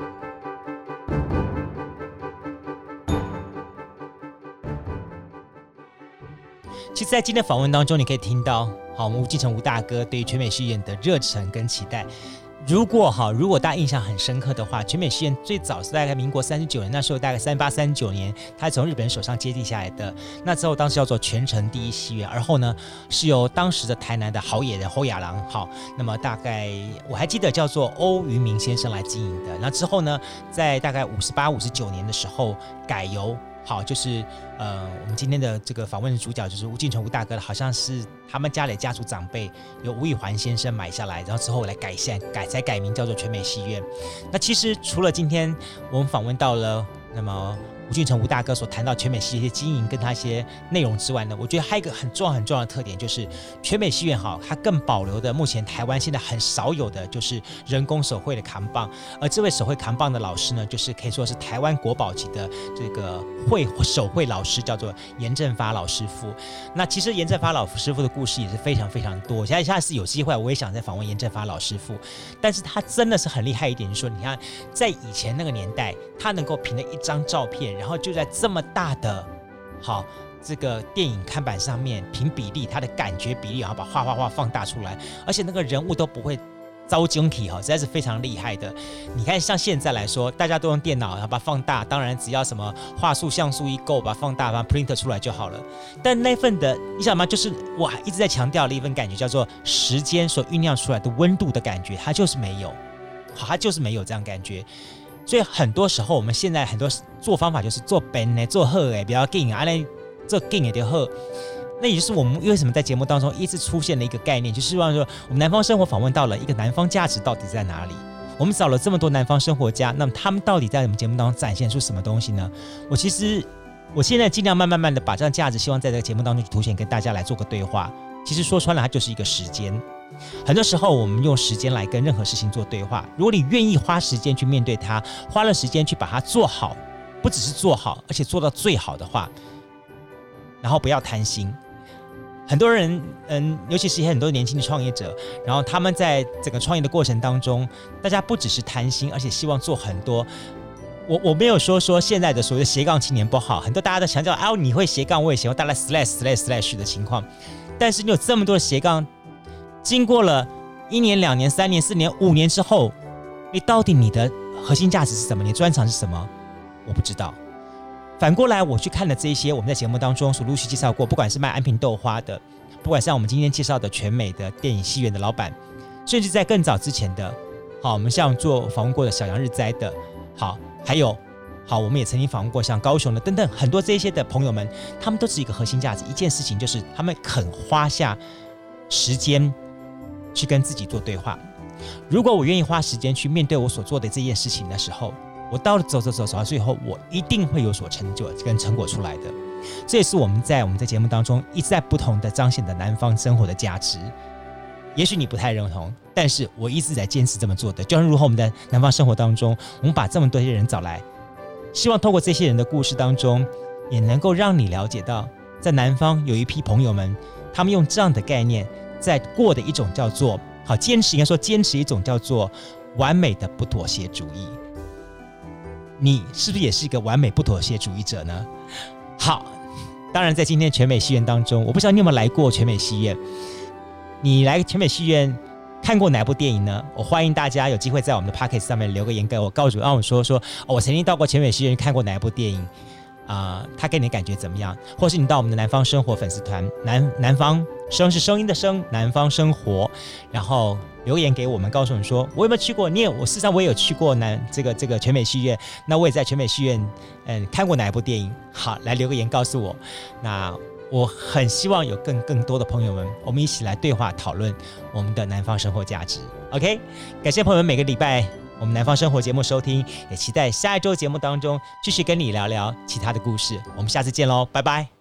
其实在今天的访问当中，你可以听到好，我们吴进成吴大哥对于全美戏院的热忱跟期待。如果好，如果大家印象很深刻的话，全美戏院最早是大概民国三十九年，那时候大概三八三十九年，它从日本人手上接替下来的。那之后当时叫做全城第一戏院，而后呢是由当时的台南的好野人侯亚郎，好，那么大概我还记得叫做欧云明先生来经营的。那之后呢，在大概五十八、五十九年的时候，改由好，就是呃，我们今天的这个访问的主角就是吴进成吴大哥，好像是他们家里的家族长辈由吴以环先生买下来，然后之后来改善改才改名叫做全美戏院。那其实除了今天我们访问到了那么吴进成吴大哥所谈到全美戏院经营跟他一些内容之外呢，我觉得还有一个很重要很重要的特点，就是全美戏院哈，它更保留的目前台湾现在很少有的就是人工手绘的扛棒，而这位手绘扛棒的老师呢，就是可以说是台湾国宝级的这个绘手绘老师，叫做严正发老师傅。那其实严正发老师傅的故事也是非常非常多，现在下次有机会我也想再访问严正发老师傅，但是他真的是很厉害一点，就是说你看在以前那个年代，他能够凭着一张照片，然后就在这么大的好这个电影看板上面，凭比例，它的感觉比例，然后把画画画放大出来，而且那个人物都不会遭惊体哈，实在是非常厉害的。你看，像现在来说，大家都用电脑，然后把它放大，当然只要什么画素、像素一够，把它放大，把它 print 出来就好了。但那份的，你想吗？就是我一直在强调的一份感觉，叫做时间所酝酿出来的温度的感觉，它就是没有，好，它就是没有这样感觉。所以很多时候，我们现在很多做方法就是做笨呢，做好哎，不要紧啊，那做紧也就好。那也就是我们为什么在节目当中一直出现了一个概念，就是希望说，我们南方生活访问到了一个南方价值到底在哪里？我们找了这么多南方生活家，那么他们到底在我们节目当中展现出什么东西呢？我其实我现在尽量慢慢慢的把这样价值，希望在这个节目当中去凸显，跟大家来做个对话。其实说穿了，它就是一个时间。很多时候我们用时间来跟任何事情做对话，如果你愿意花时间去面对它，花了时间去把它做好，不只是做好，而且做到最好的话，然后不要贪心。很多人嗯，尤其是很多年轻的创业者，然后他们在整个创业的过程当中，大家不只是贪心，而且希望做很多。我我没有说说现在的所谓的斜杠青年不好，很多大家都强调啊，你会斜杠我也喜欢，大家 slash slash slash 的情况，但是你有这么多的斜杠，经过了一年、两年、三年、四年、五年之后，你到底你的核心价值是什么？你的专长是什么？我不知道。反过来，我去看了这些我们在节目当中所陆续介绍过，不管是卖安平豆花的，不管像我们今天介绍的全美的电影戏院的老板，甚至在更早之前的，好，我们像做访问过的小杨日栽的，好，还有好，我们也曾经访问过像高雄的等等很多这些的朋友们，他们都是一个核心价值，一件事情就是他们肯花下时间去跟自己做对话。如果我愿意花时间去面对我所做的这件事情的时候，我到了走走走走到最后，我一定会有所成就跟成果出来的。这也是我们在我们在节目当中一直在不同的彰显的南方生活的价值。也许你不太认同，但是我一直在坚持这么做的。就像如何我们在南方生活当中，我们把这么多些人找来，希望透过这些人的故事当中，也能够让你了解到，在南方有一批朋友们，他们用这样的概念在过的一种叫做好坚持，应该说坚持一种叫做完美的不妥协主义。你是不是也是一个完美不妥协主义者呢？好，当然在今天全美戏院当中，我不知道你有没有来过全美戏院，你来全美戏院看过哪部电影呢？我欢迎大家有机会在我们的 Podcast 上面留个言给我，告诉我，让我说说、哦、我曾经到过全美戏院看过哪一部电影啊、呃，它给你的感觉怎么样？或是你到我们的南方生活粉丝团，南南方声是声音的声，南方生活，然后留言给我们，告诉你说我有没有去过？你也我事实上我也有去过南这个这个全美戏院，那我也在全美戏院嗯看过哪一部电影？好，来留个言告诉我。那我很希望有更更多的朋友们，我们一起来对话讨论我们的南方生活价值。OK， 感谢朋友们每个礼拜我们南方生活节目收听，也期待下一周节目当中继续跟你聊聊其他的故事。我们下次见喽，拜拜。